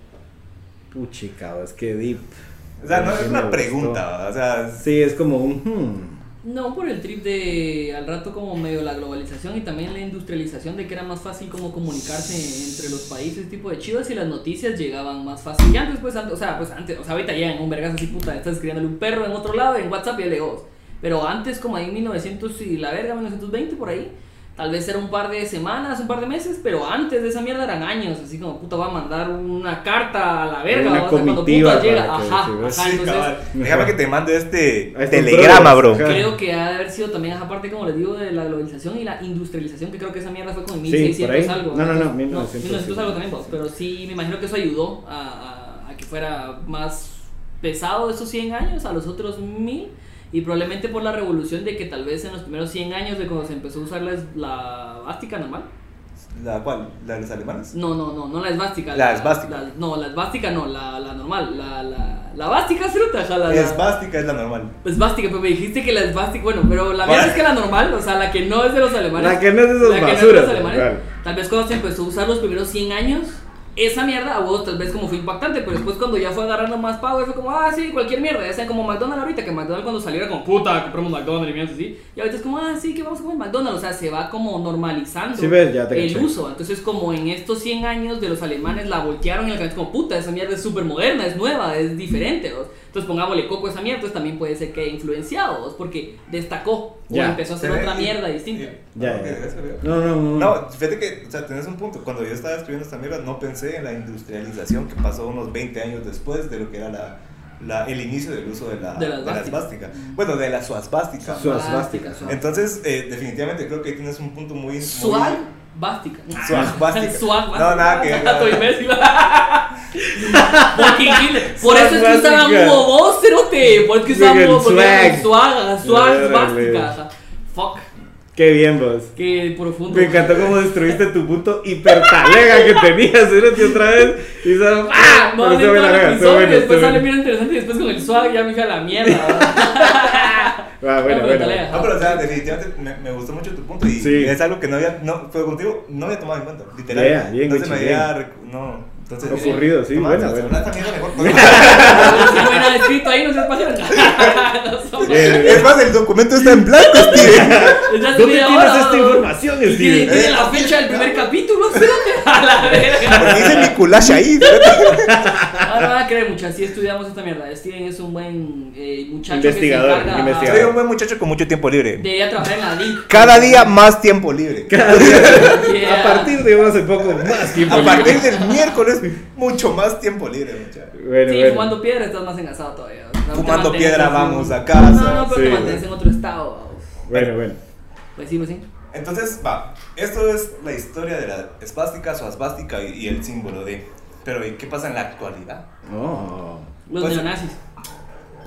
Puchica, es que deep. O sea, no Sí es me una gustó. pregunta, o sea, es- Sí, es como un. hmm. No, por el trip de al rato como medio la globalización y también la industrialización de que era más fácil como comunicarse entre los países, tipo de chivas, y las noticias llegaban más fácil. Y antes, pues, antes, o sea, pues antes, o sea, ahorita llegan un vergazo así, puta, estás escribiéndole un perro en otro lado, en WhatsApp y le digo, pero antes, como ahí en mil novecientos y la verga, mil novecientos veinte por ahí, tal vez era un par de semanas, un par de meses, pero antes de esa mierda eran años, así como puta, voy a mandar una carta a la verga, Una o sea, cuando comitiva puta llega, para que- ajá, sí, ¿ves? ajá, sí, entonces... cabal. Déjame que te mande este A estos telegrama, bro. brothers, ajá. Creo que ha de haber sido también esa parte, como les digo, de la globalización y la industrialización, que creo que esa mierda fue como en Sí, mil seiscientos por ahí. algo. No, no, no, Entonces, mil novecientos, mil novecientos sí. algo también, vos, pero sí me imagino que eso ayudó a, a, a que fuera más pesado esos cien años a los otros mil, y probablemente por la revolución de que tal vez en los primeros cien años de cuando se empezó a usar la, la esvástica normal. ¿La cuál? ¿La de los alemanes? No, no, no, no la esvástica. La esvástica. la- no, la esvástica no, la, la normal. La, la, la bástica, fruta, la, la, Esvástica es la normal. esvástica, pero me dijiste que la esvástica, bueno, pero la mierda es que la normal, o sea, la que no es de los alemanes. La que no es de esos la que no es de basuras. los alemanes, claro. tal vez cuando se empezó a usar los primeros cien años, esa mierda a vos tal vez como fue impactante, pero después cuando ya fue agarrando más power fue como, ah, sí, cualquier mierda, ya sea como McDonald's ahorita, que McDonald's cuando salió era como, puta, compramos McDonald's y mierda así, y ahorita es como, ah, sí, que vamos a comer McDonald's, o sea, se va como normalizando Sí, ves, ya te el caché. uso, entonces como en estos cien años de los alemanes la voltearon y la cabeza como, puta, esa mierda es súper moderna, es nueva, es diferente, ¿vos? Entonces pongámosle coco a esa mierda, entonces también puede ser que haya influenciado, ¿vos? Porque destacó, o Ya. empezó a hacer Se ve- otra y- mierda distinta. y- Ya, ok, ya. eso veo. No, no, no. No, fíjate que, o sea, tenés un punto. Cuando yo estaba escribiendo esta mierda, no pensé en la industrialización que pasó unos veinte años después de lo que era la, la, el inicio del uso de la, De la de la esvástica. esvástica. Bueno, de la suasvástica. Su- Suasvástica. Suasvástica. Entonces, eh, definitivamente creo que ahí tienes un punto muy. muy- Swag bástica. Suasvástica. Swag No, nada que ver. Gato imbécil. Porque Hitler- Por eso es que usaban Suasvástica. humo vos, cerote. Por eso es que usaban Diga el humo, porque era swag. el swag, swag Órale. bástica. Ajá. Fuck. Qué bien, vos. Qué profundo. Me encantó cómo destruiste tu punto hipertalega que tenías, cerote, otra vez. Y salió, ¡ah! No, Pero no, está buena, todo el está episodio, bueno, y después está sale bueno. bien interesante y después con el swag ya me fui a la mierda. Ah, bueno, No, pero bueno. dale. No, pero o sea, definitivamente me, me gustó mucho tu punto y Sí. es algo que no había, no, fue contigo, no había tomado en cuenta, literal. Ya, bien, entonces me Gucci, había, rec- no, entonces Ocurrido, sí, toma, buena, se- se buena. habla también mejor. Si no hay nada escrito ahí, no seas página. No somos- Bien. Es más, el documento está en blanco, Steven. Ya ¿Dónde media tienes hora, esta bro. información, Y tiene, Steven? tiene la fecha del primer capítulo, cerote. A la verga. Porque dice mi culash ahí. Ahora van a creer mucho, así estudiamos esta mierda. Steven es un buen eh, muchacho Investigador, que se encarga investigador. Soy un buen muchacho con mucho tiempo libre. Debería trabajar en la D I C. Cada día más tiempo libre. Cada día. Yeah. A partir de hace poco, más tiempo. A partir del miércoles, mucho más tiempo libre, muchacho. Bueno, Sí, bueno. fumando piedra estás más engasado todavía. O sea, te Fumando mantienes piedra, en- vamos a No, casa. no, pero Sí, te mantienes güey. en otro estado. vamos. Bueno, bueno. Pues sí, pues sí. Entonces, va, esto es la historia de la esvástica, su asvástica y, y el símbolo de. Pero, ¿y qué pasa en la actualidad? No. Los Pues- neonazis.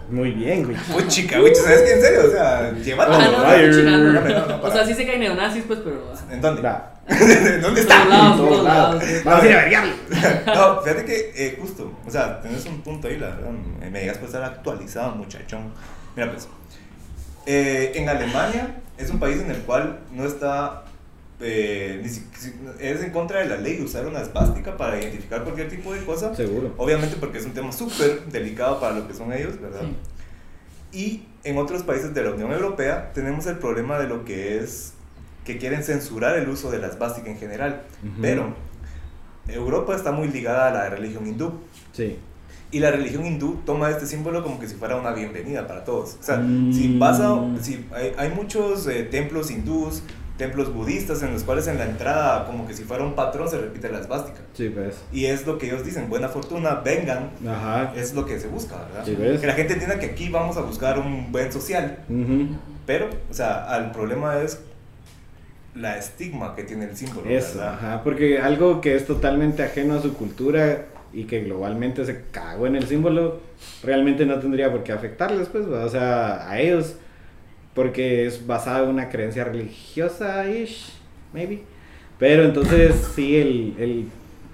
Muy bien, güey. Uy, chica, güey, ¿sabes qué? En serio, o sea, llévatelo. Ah, no, no, Fire. estoy chingando. No, no, no, O para. sea, sí sé que hay neonazis, pues, pero. ¿En dónde? Va. ¿En dónde En está? todos lados, en todos todos lados. lados. sí. Vamos a ir a vergarlo. No, fíjate que eh, justo, o sea, tenés un punto ahí, la verdad, me, me digas pues estar actualizado, muchachón. Mira pues, eh, en Alemania es un país en el cual no está, eh, ni si- si- es en contra de la ley usar una esvástica para identificar cualquier tipo de cosa, Seguro. obviamente porque es un tema súper delicado para lo que son ellos, ¿verdad? Sí. Y en otros países de la Unión Europea tenemos el problema de lo que es que quieren censurar el uso de la esvástica en general, Ujú. pero Europa está muy ligada a la religión hindú. Sí. Y la religión hindú toma este símbolo como que si fuera una bienvenida para todos. O sea, Mm. si vas a, si hay, hay muchos eh, templos hindús, templos budistas en los cuales en la entrada como que si fuera un patrón se repite la esvástica. Sí, pues. Y es lo que ellos dicen, buena fortuna, vengan, Ajá. es lo que se busca, ¿verdad? Sí, ¿ves? Que la gente entienda que aquí vamos a buscar un buen social. Ujú. Pero, o sea, el problema es la estigma que tiene el símbolo, Eso, ¿verdad? ajá, porque algo que es totalmente ajeno a su cultura y que globalmente se cagó en el símbolo, realmente no tendría por qué afectarles, pues, o sea, a ellos, porque es basado en una creencia religiosa-ish, maybe, pero entonces sí, el, el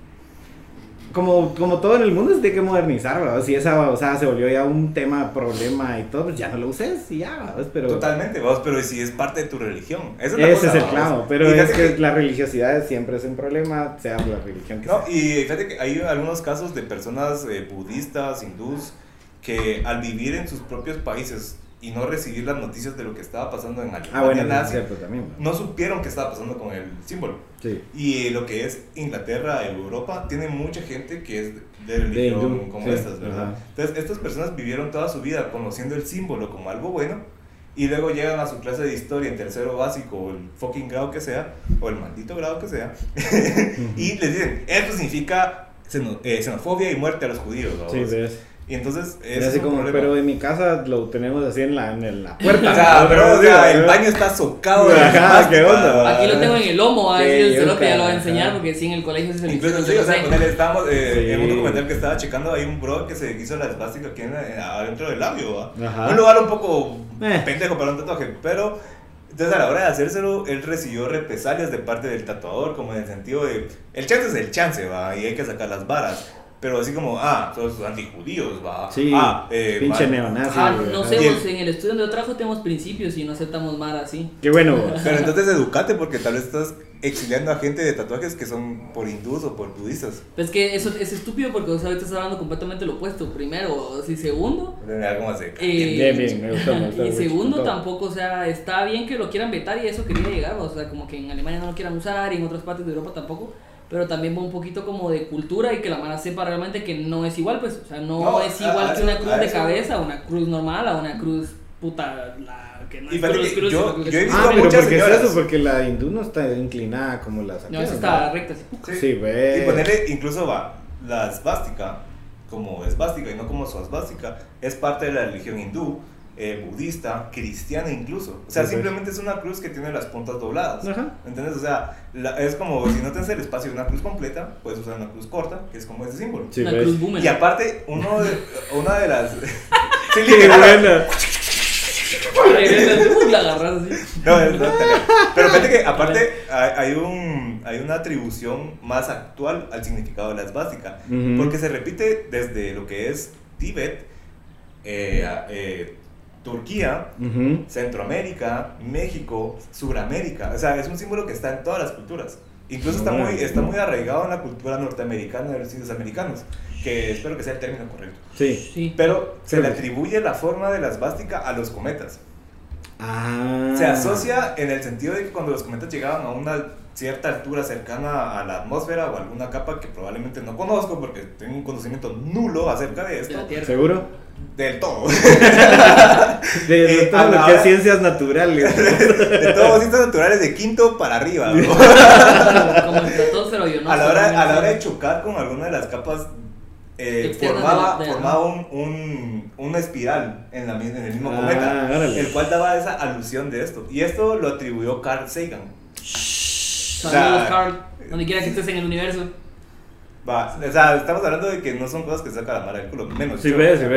como, como todo en el mundo se tiene que modernizar, ¿verdad? Si esa, o sea, se volvió ya un tema, problema y todo, pues ya no lo uses y ya, ¿verdad? Pero... Totalmente, vamos, pero si es parte de tu religión. Esa es la Ese cosa, es el vamos. clavo, Y pero es fíjate que, que- la religiosidad siempre es un problema, sea la religión que No, sea. y fíjate que hay algunos casos de personas eh, budistas, hindús, que al vivir en sus propios países y no recibir las noticias de lo que estaba pasando en Alemania Ah, bueno, eso es nazi, cierto también. ¿no? no supieron qué estaba pasando con el símbolo. Sí. Y eh, lo que es Inglaterra, Europa, tiene mucha gente que es de religión hindú, como sí, estas, ¿verdad? ajá. Entonces, estas personas vivieron toda su vida conociendo el símbolo como algo bueno y luego llegan a su clase de historia en tercero básico o el fucking grado que sea, o el maldito grado que sea, y les dicen, esto significa xeno- eh, xenofobia y muerte a los judíos, ¿no? Sí, ves. Y entonces, Es es así un como, problema. pero en mi casa lo tenemos así en la, en la puerta. O sea, pero, o sea, el ¿no? baño está socado de Ajá, esvástica. ¿qué onda? Aquí lo tengo en el lomo, Qué así el cerote ya lo va a yuca, enseñar ajá. porque sí en el colegio sí se lo Incluso sí, hicieron, o sea, yo con sé. él estábamos eh, Sí. en un documental que estaba checando, hay un bro que se hizo la esvástica aquí en, en- adentro del labio, ¿va? Ajá. Un lugar un poco Eh. pendejo para un tatuaje, pero entonces a la hora de hacérselo, él recibió represalias de parte del tatuador, como en el sentido de, el chance es el chance, ¿va? Y hay que sacar las varas. Pero así como, ah, sos antijudíos, va. Sí, ah, eh, pinche man- neonazi. Ah, güey, no ajá. sé, Y el- vos, en el estudio donde yo trabajo tenemos principios y no aceptamos mar así. Qué bueno. vos. Pero entonces educate porque tal vez estás exiliando a gente de tatuajes que son por hindús o por budistas. Pues que eso es estúpido porque vos ahorita estás hablando completamente lo opuesto. Primero, si segundo. Mira cómo se... eh, Bien, bien, me gustó, me gustó Y mucho, segundo, me gustó. tampoco, o sea, está bien que lo quieran vetar y eso quería llegar. O sea, como que en Alemania no lo quieran usar y en otras partes de Europa tampoco. Pero también va un poquito como de cultura y que la mara sepa realmente que no es igual, pues. O sea, no, No, es a- igual a que una eso- cruz a de eso- cabeza, una cruz normal, a una cruz puta, la que no Y es fíjate cruz, que cruz, yo- sino que yo he es- visto Ah, pero muchas porque es señoras. eso, porque la hindú no está inclinada como la No, saquean, esa está recta, sí. Sí, Y ve. ponerle, incluso va, la esvástica, como esvástica y no como su esvástica, es parte de la religión hindú, eh, budista, cristiana incluso. O sea, Sí, pues. simplemente es una cruz que tiene las puntas dobladas. Ajá. ¿Entiendes? O sea, la- es como si no tienes el espacio de una cruz completa, puedes usar una cruz corta, que es como ese símbolo. Sí, Una ves. cruz boomer. Y aparte, uno de, una de las... sí, Qué literal, buena. La agarras así. No, es- no, está bien. Pero fíjate que aparte hay, hay un, hay una atribución más actual al significado de la esvástica. Ujú. Porque se repite desde lo que es Tíbet, eh, a- eh, Turquía, Ujú. Centroamérica, México, Suramérica. O sea, es un símbolo que está en todas las culturas. Incluso está Ah, muy, sí. está muy arraigado en la cultura norteamericana de los indios americanos, que espero que sea el término correcto. Sí. Sí. Pero se Sí. le atribuye la forma de la esvástica a los cometas. Ah. Se asocia en el sentido de que cuando los cometas llegaban a una cierta altura cercana a la atmósfera o alguna capa que probablemente no conozco porque tengo un conocimiento nulo acerca de De esto, la Tierra. ¿Seguro? del todo, De, de Eh, todo a lo la que es hora- ciencias naturales. de todos los ciencias naturales de quinto para arriba, ¿no? Como el estratosfero, yo no a la sé, hora, no a la sé. hora de chocar con alguna de las capas eh, Externas formaba, de la- de- formaba un, un, una espiral en, la, mi- en el mismo Ah, cometa, órale. el cual daba esa alusión de esto, y esto lo atribuyó Carl Sagan. Saludos, O sea, Carl. Donde quiera que estés en el universo. Va, o sea, estamos hablando de que no son cosas que saca la mara del culo, menos Sí, yo. ves, sí, ves.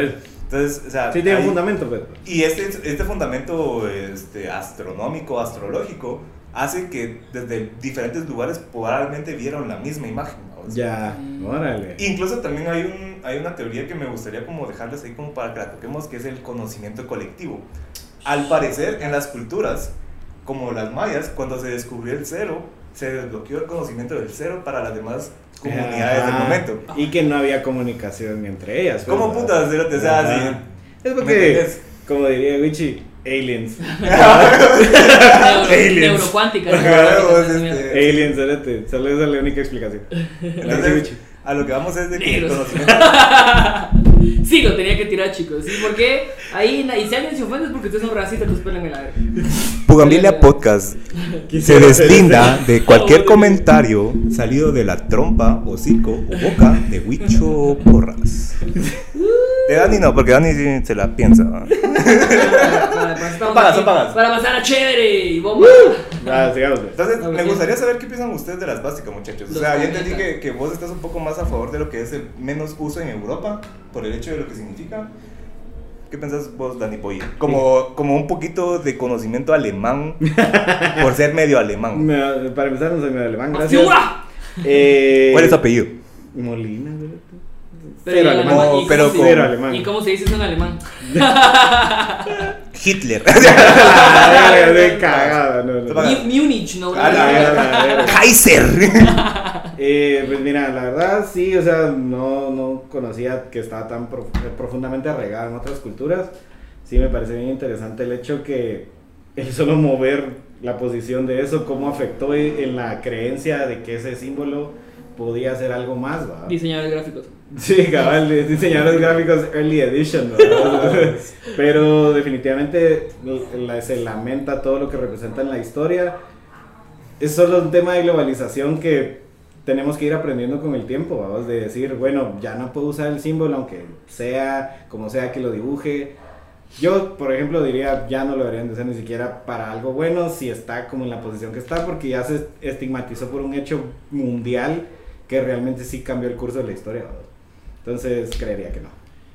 Entonces, o sea, Sí, tiene hay- un fundamento, pero. y este, este fundamento este, astronómico, astrológico, hace que desde diferentes lugares probablemente vieron la misma imagen, ¿no? Ya, órale. Incluso también hay, un, hay una teoría que me gustaría como dejarles ahí como para que la toquemos, que es el conocimiento colectivo. Al parecer, en las culturas, como las mayas, cuando se descubrió el cero, se desbloqueó el conocimiento del cero para las demás comunidades del Ah, momento. Y que no había comunicación entre ellas. pues, ¿Cómo ¿verdad? putas? Pero te sea Ajá. así. Es ¿Me porque, entiendes? como diría Wichi, aliens. Neuro- Aliens. Neurocuántica. Claro, neurocuántica, este- esa mierda. Aliens, espérate. Solo esa es la única explicación. Entonces, Wichi. a lo que vamos es de que el Negros. conocimiento... Sí, lo tenía que tirar, chicos. Sí, porque ahí, na- y si alguien se ofende es porque ustedes son racistas, entonces pélenme la verga. Pugambilia Podcast se Quisiera hacer deslinda de cualquier comentario salido de la trompa, hocico o boca de Huicho Porras. De Dani no, porque Dani sí se la piensa. ¿no? Para, para, Son pagas, son pagas. para pasar a chévere y bomba. Ah, sigamos. pues. Entonces, Ok. me gustaría saber qué piensan ustedes de las básicas, muchachos. O Los sea, ya entendí planetas. que, que vos estás un poco más a favor de lo que es el menos uso en Europa, por el hecho de lo que significa. ¿Qué pensás vos, Dani Poy? Como, como un poquito de conocimiento alemán, por ser medio alemán. Me- para empezar, no soy medio alemán, gracias. ¡Fiura! Eh, ¿Cuál es tu apellido? Molina, ¿verdad? Pero, Cero ¿y en alemán. alemán? No, ¿Y pero cómo se- con- Cero alemán. ¿Y cómo se dice eso en alemán? Hitler. Ah, de cagada, no, no. Paga. Mu- Múnich, ¿no? A la verga. Kaiser. Eh, pues mira, la verdad sí, o sea, no, no conocía que estaba tan prof- profundamente arraigada en otras culturas. Sí me parece bien interesante el hecho que el solo mover la posición de eso, cómo afectó en la creencia de que ese símbolo podía ser algo más, ¿va? Diseñadores gráficos. Sí, cabal, de diseñadores gráficos Early Edition, ¿verdad? Pero definitivamente la- se lamenta todo lo que representa en la historia. Es solo un tema de globalización que tenemos que ir aprendiendo con el tiempo, vamos, de decir, bueno, ya no puedo usar el símbolo, aunque sea como sea que lo dibuje. Yo, por ejemplo, diría, ya no lo deberían de hacer ni siquiera para algo bueno si está como en la posición que está, porque ya se estigmatizó por un hecho mundial que realmente sí cambió el curso de la historia, ¿verdad? Entonces, creería que no.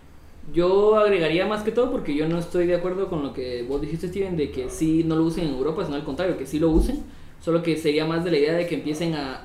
Yo agregaría más que todo porque yo no estoy de acuerdo con lo que vos dijiste, Steven, de que sí no lo usen en Europa, sino al contrario, que sí lo usen, solo que sería más de la idea de que empiecen a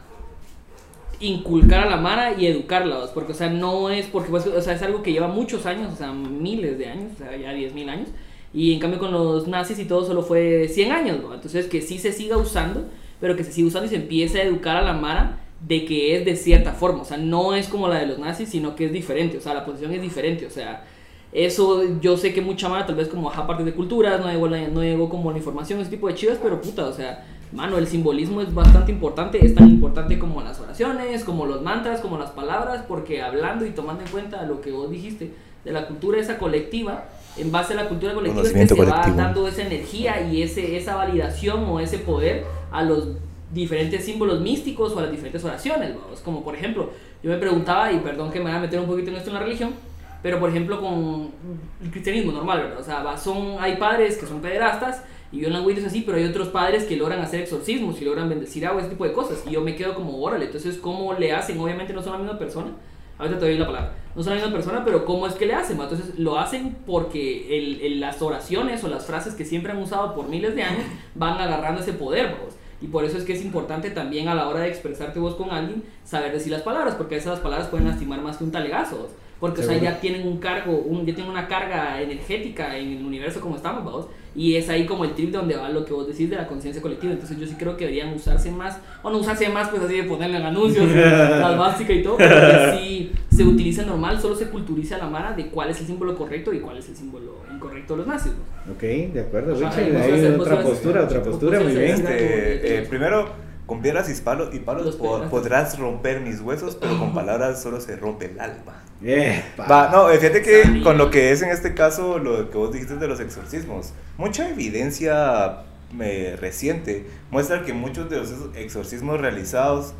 inculcar a la mara y educarla, ¿vas? Porque, o sea, no es porque, pues, o sea, es algo que lleva muchos años, o sea, miles de años, o sea, ya diez mil años, y en cambio con los nazis y todo solo fue cien años, ¿no? Entonces que sí se siga usando, pero que se siga usando y se empiece a educar a la mara de que es de cierta forma, o sea, no es como la de los nazis, sino que es diferente, o sea, la posición es diferente, o sea, eso yo sé que mucha mara, tal vez como ajá, partes de culturas, no llegó, la, no llegó como la información, ese tipo de chivas, pero puta, o sea, mano, el simbolismo es bastante importante, es tan importante como las oraciones, como los mantras, como las palabras, porque hablando y tomando en cuenta lo que vos dijiste de la cultura esa colectiva, en base a la cultura colectiva es que Conocimiento se colectivo. va dando esa energía y ese, esa validación o ese poder a los diferentes símbolos místicos o a las diferentes oraciones, vamos. Como por ejemplo, yo me preguntaba, y perdón que me voy a meter un poquito en esto en la religión, pero por ejemplo con el cristianismo normal, ¿verdad? O sea, va, son, hay padres que son pederastas y violan güeyes así, pero hay otros padres que logran hacer exorcismos y logran bendecir agua, ese tipo de cosas, y yo me quedo como, órale, entonces ¿cómo le hacen? Obviamente no son la misma persona, ahorita te doy la palabra, no son la misma persona, pero ¿cómo es que le hacen? Entonces lo hacen porque el, el, las oraciones o las frases que siempre han usado por miles de años van agarrando ese poder, vos. Y por eso es que es importante también a la hora de expresarte vos con alguien, saber decir las palabras, porque esas palabras pueden lastimar más que un talegazo, vos. Porque, o sea, Seguro. ya tienen un cargo, un, ya tienen una carga energética en el universo como estamos, vamos. Y es ahí como el trip de donde va lo que vos decís de la conciencia colectiva. Entonces yo sí creo que deberían usarse más, o no usarse más, pues así de ponerle en anuncios, las básicas y todo, pero que sí se utilice normal, solo se culturiza a la mara de cuál es el símbolo correcto y cuál es el símbolo incorrecto de los nazis, ¿no? Ok, de acuerdo, Ajá, Richard. vos Ahí vas a- vos otra vas a- postura, otra vos postura, vas a muy hacer bien. esta- Este, eh, primero, con piedras y palos, y palos Los po- pedazos. podrás romper mis huesos, pero con palabras solo se rompe el alma. Yeah, pa. Va, no, eh, fíjate que Sabía. con lo que es en este caso, lo que vos dijiste de los exorcismos, mucha evidencia eh, reciente muestra que muchos de los exorcismos realizados,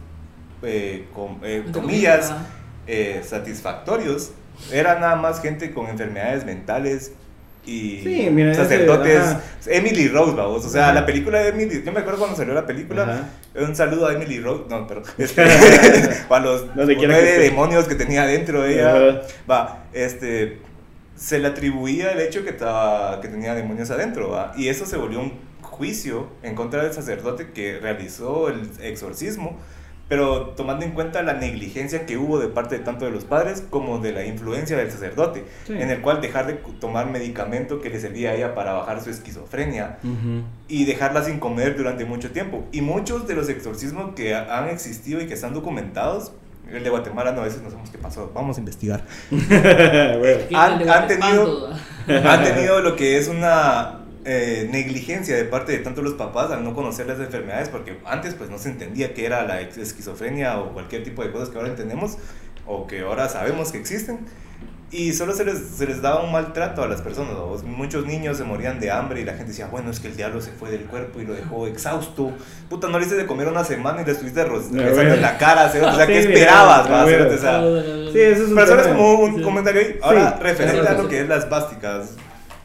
eh, con eh, Entre comillas, ajá. eh, satisfactorios, eran nada más gente con enfermedades mentales y Sí, mira, ese, sacerdotes. ajá. Emily Rose, vamos, o sea, Ajá. la película de Emily, yo me acuerdo cuando salió la película. Ajá. Un saludo a Emily Rose, no, pero este, para los Donde quiera nueve que esté. demonios que tenía dentro de ella. Ajá. Va, este, se le atribuía el hecho que, estaba, que tenía demonios adentro, ¿va? Y eso se volvió un juicio en contra del sacerdote que realizó el exorcismo, pero tomando en cuenta la negligencia que hubo de parte de tanto de los padres como de la influencia del sacerdote, sí. En el cual dejar de tomar medicamento que le servía a ella para bajar su esquizofrenia uh-huh. y dejarla sin comer durante mucho tiempo. Y muchos de los exorcismos que han existido y que están documentados, el de Guatemala no, a veces no sabemos qué pasó, vamos a investigar. han, han, tenido, han tenido lo que es una... Eh, negligencia de parte de tanto los papás al no conocer las enfermedades, porque antes pues no se entendía qué era la esquizofrenia o cualquier tipo de cosas que ahora entendemos o que ahora sabemos que existen, y solo se les, se les daba un maltrato a las personas. Muchos niños se morían de hambre y la gente decía, bueno, es que el diablo se fue del cuerpo y lo dejó exhausto, puta, no le hiciste de comer una semana y le estuviste rezando en la cara, ¿sí? O sea, ¿qué sí, esperabas? No, ¿sí? no, O sea, sí, eso es un pero solo es tema. como un Sí. comentario ahí. Ahora, Sí, referente sí, a lo sí. que es las vásticas,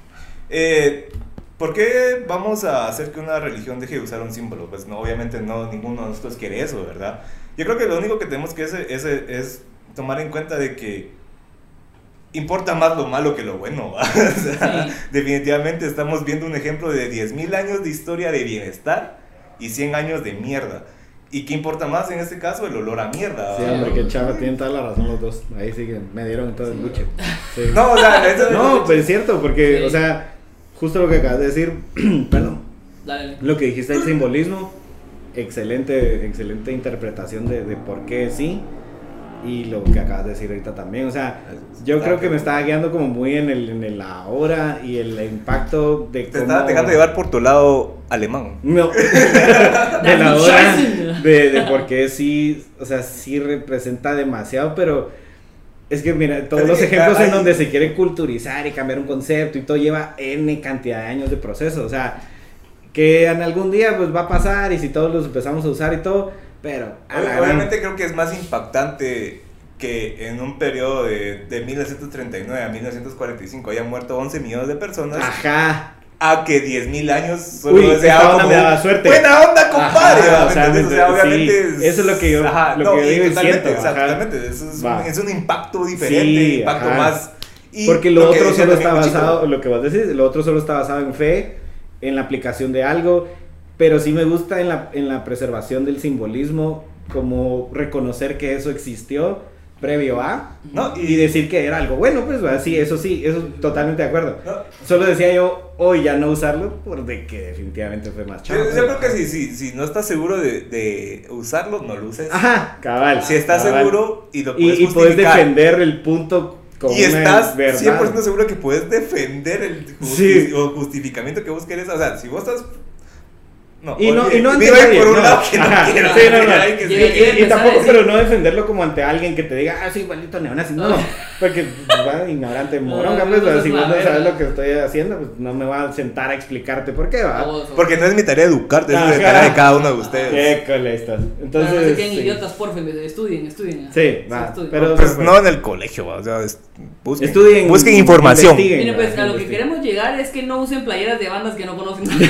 eh... ¿por qué vamos a hacer que una religión deje de usar un símbolo? Pues no, obviamente no, ninguno de nosotros quiere eso, ¿verdad? Yo creo que lo único que tenemos que hacer es, es, es tomar en cuenta de que importa más lo malo que lo bueno, ¿va? O sea, sí. Definitivamente estamos viendo un ejemplo de diez mil años de historia de bienestar y cien años de mierda. ¿Y qué importa más en este caso? El olor a mierda. Sí, hombre, que chava, tienen toda la razón los dos. Ahí sí que me dieron todo el buche. Sí. No, o sea, eso no, pues es cierto, porque, Sí. o sea, justo lo que acabas de decir, perdón, Dale. lo que dijiste del simbolismo, excelente, excelente interpretación de, de por qué sí, y lo que acabas de decir ahorita también, o sea, yo creo que me estaba guiando como muy en el, en el ahora y el impacto de te cómo... estaba dejando llevar por tu lado alemán. No, de la hora, de, de por qué sí, o sea, sí representa demasiado, pero... Es que mira, todos Pero los que ejemplos hay... en donde se quiere culturizar y cambiar un concepto y todo lleva N cantidad de años de proceso, o sea, que en algún día pues va a pasar y si todos los empezamos a usar y todo, pero... a la Obviamente gran... creo que es más impactante que en un periodo de, de mil novecientos treinta y nueve a mil novecientos cuarenta y cinco hayan muerto once millones de personas. Ajá. A que diez mil años solo Uy, sea esta onda como me daba suerte. buena onda, compadre. Ajá, ¿va? o sea, ¿Me entiendes? O sea, sí, obviamente es, eso es lo que yo- ajá, lo no, que yo y digo y totalmente, siento, ajá. exactamente, eso es, Va. un, es un impacto diferente, Sí, impacto ajá. más. Y Porque lo, lo que otro decía solo también está un chico, basado, lo que vas a decir, lo otro solo está basado en fe, en la aplicación de algo, pero sí me gusta en la, en la preservación del simbolismo, como reconocer que eso existió previo a, ¿no? y, decir que era algo bueno, pues ¿verdad? Sí, eso sí, eso totalmente de acuerdo. ¿no? Solo decía yo, hoy ya no usarlo, porque definitivamente fue más Yo, chavo. yo creo que si, si, si no estás seguro de, de usarlo, no lo uses. Ajá, cabal. Si estás cabal. seguro y lo Y, puedes y puedes justificar. defender el punto como Y una estás verdad. cien por ciento seguro que puedes defender el justi- Sí. o justificamiento que vos querés. O sea, si vos estás. No, Y no, y no ante digo ahí nadie, por un no. lado que no Ajá, quiero. sí, no, no. Ay, que sí. Llega- llega- Y, y empezar a tampoco, decir- pero no defenderlo como ante alguien que te diga, ah, sí, igualito neonazi, no, porque va ignorante, moronga, No, pues, no, no, si es vos la no sabes verga. lo que estoy haciendo, pues no me voy a sentar a explicarte por qué, va. Porque no es mi tarea educarte, es Ajá. la tarea de cada uno de ustedes. Qué cole estás. Entonces, Entonces, no se queden sí. idiotas, porfa, estudien, estudien. Sí, va, estudien. pero- Pues no en el colegio, va, o sea, es- busquen, Estudien, busquen información. investiguen. Miren, pues va, a lo que investiguen. queremos llegar es que no usen playeras de bandas que no conocen. Si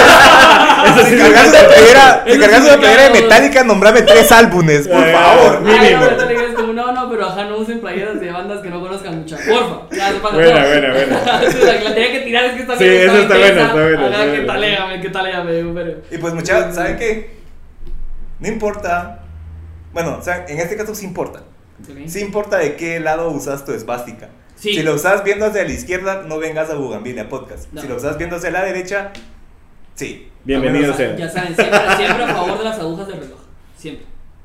cargas una playera, si Eso cargas sí una me playera de cago. Metallica, nombrame tres álbumes, por Eh, favor. mínimo. Ay, no, Metallica es como, no, no, pero ajá, no usen playeras de bandas que no conozcan mucho. Porfa, ya se pasa Buena, todo. buena, buena. Sí, la, la tenía que tirar, es que está Sí, bien. eso está intensa. bueno, está bueno, Ajá, está qué bueno. talea, me, qué talea, me digo, pero. Y pues muchachos, ¿saben qué? No importa. Bueno, o sea, en este caso sí importa. Ok. Sí importa de qué lado usas tu esvástica. Sí. Si lo usas viendo hacia la izquierda, no vengas a Bugambilia Podcast. No. Si lo usas viendo hacia la derecha, sí. Bienvenido Ya sea. Ya saben, siempre, siempre a favor de las agujas del reloj. Siempre.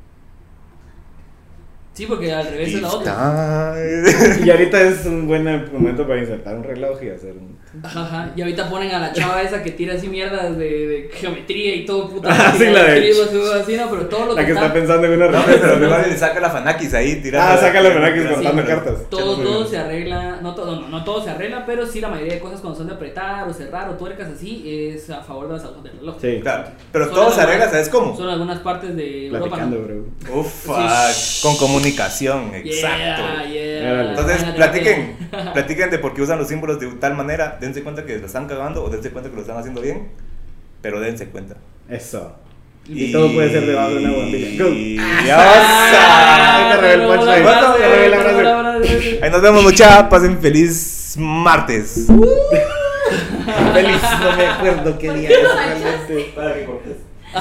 Sí, porque al revés es la otra. Y ahorita es un buen momento para insertar un reloj y hacer un... Ajá, ajá. Y ahorita ponen a la chava esa que tira así mierdas de, de geometría y todo, puta. Ah, sí, la de- así, no, pero todo lo que, La que está. está pensando en una No, respuesta. pero mejor le saca la Fanakis ahí tirando. Ah, saca la Fanakis Sí, contando pero- cartas. Todo, todo se arregla, no todo, no, no todo se arregla, pero sí la mayoría de cosas cuando son de apretar o cerrar o tuercas así es a favor de las agujas del reloj. Sí. Claro, pero Son todo se algunas- arregla, ¿sabes cómo? Son algunas partes de Europa. Platicando, ¿no? bro. Ufa, con comunicación, exacto. Yeah, yeah. Órale. Entonces, Van a platiquen, terapia. platiquen de por qué usan los símbolos de tal manera, dense cuenta que lo están cagando o dense cuenta que lo están haciendo bien, pero dense cuenta. Eso. Y todo puede ser debajo de una bombilla. Go. Y Ah, Ahí te revelé el pero punchline. la frase, Te revelé la pero frase. la frase. ahí nos vemos, mucha, pasen feliz martes. Feliz, no me acuerdo qué día es realmente. Para que cortes.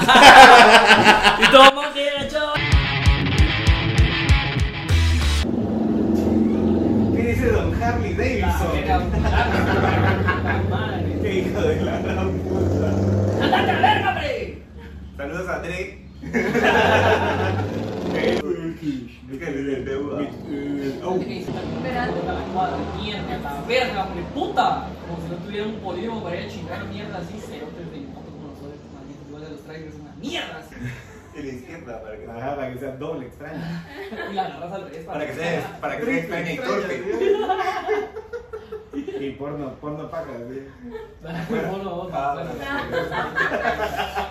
Y todo más derecho. ¿Qué dice don Harley Davidson? Qué hijo de la gran puta. ¡Andate a la verga, hombre! Saludos a Drake. Esperando la cuadra, mierda, la verga, hombre, puta. Como si no tuviera un polígono para ir a chingar mierda así, cerotes de moto como nosotros, malditos, igual de los trailers, una mierda. Y la izquierda para que, Ajá, para que sea doble extraño. Y la agarras al revés para que sea para que sea extraña y torpe. Y porno, porno paca, ¿sí? Bueno, Ah, bueno.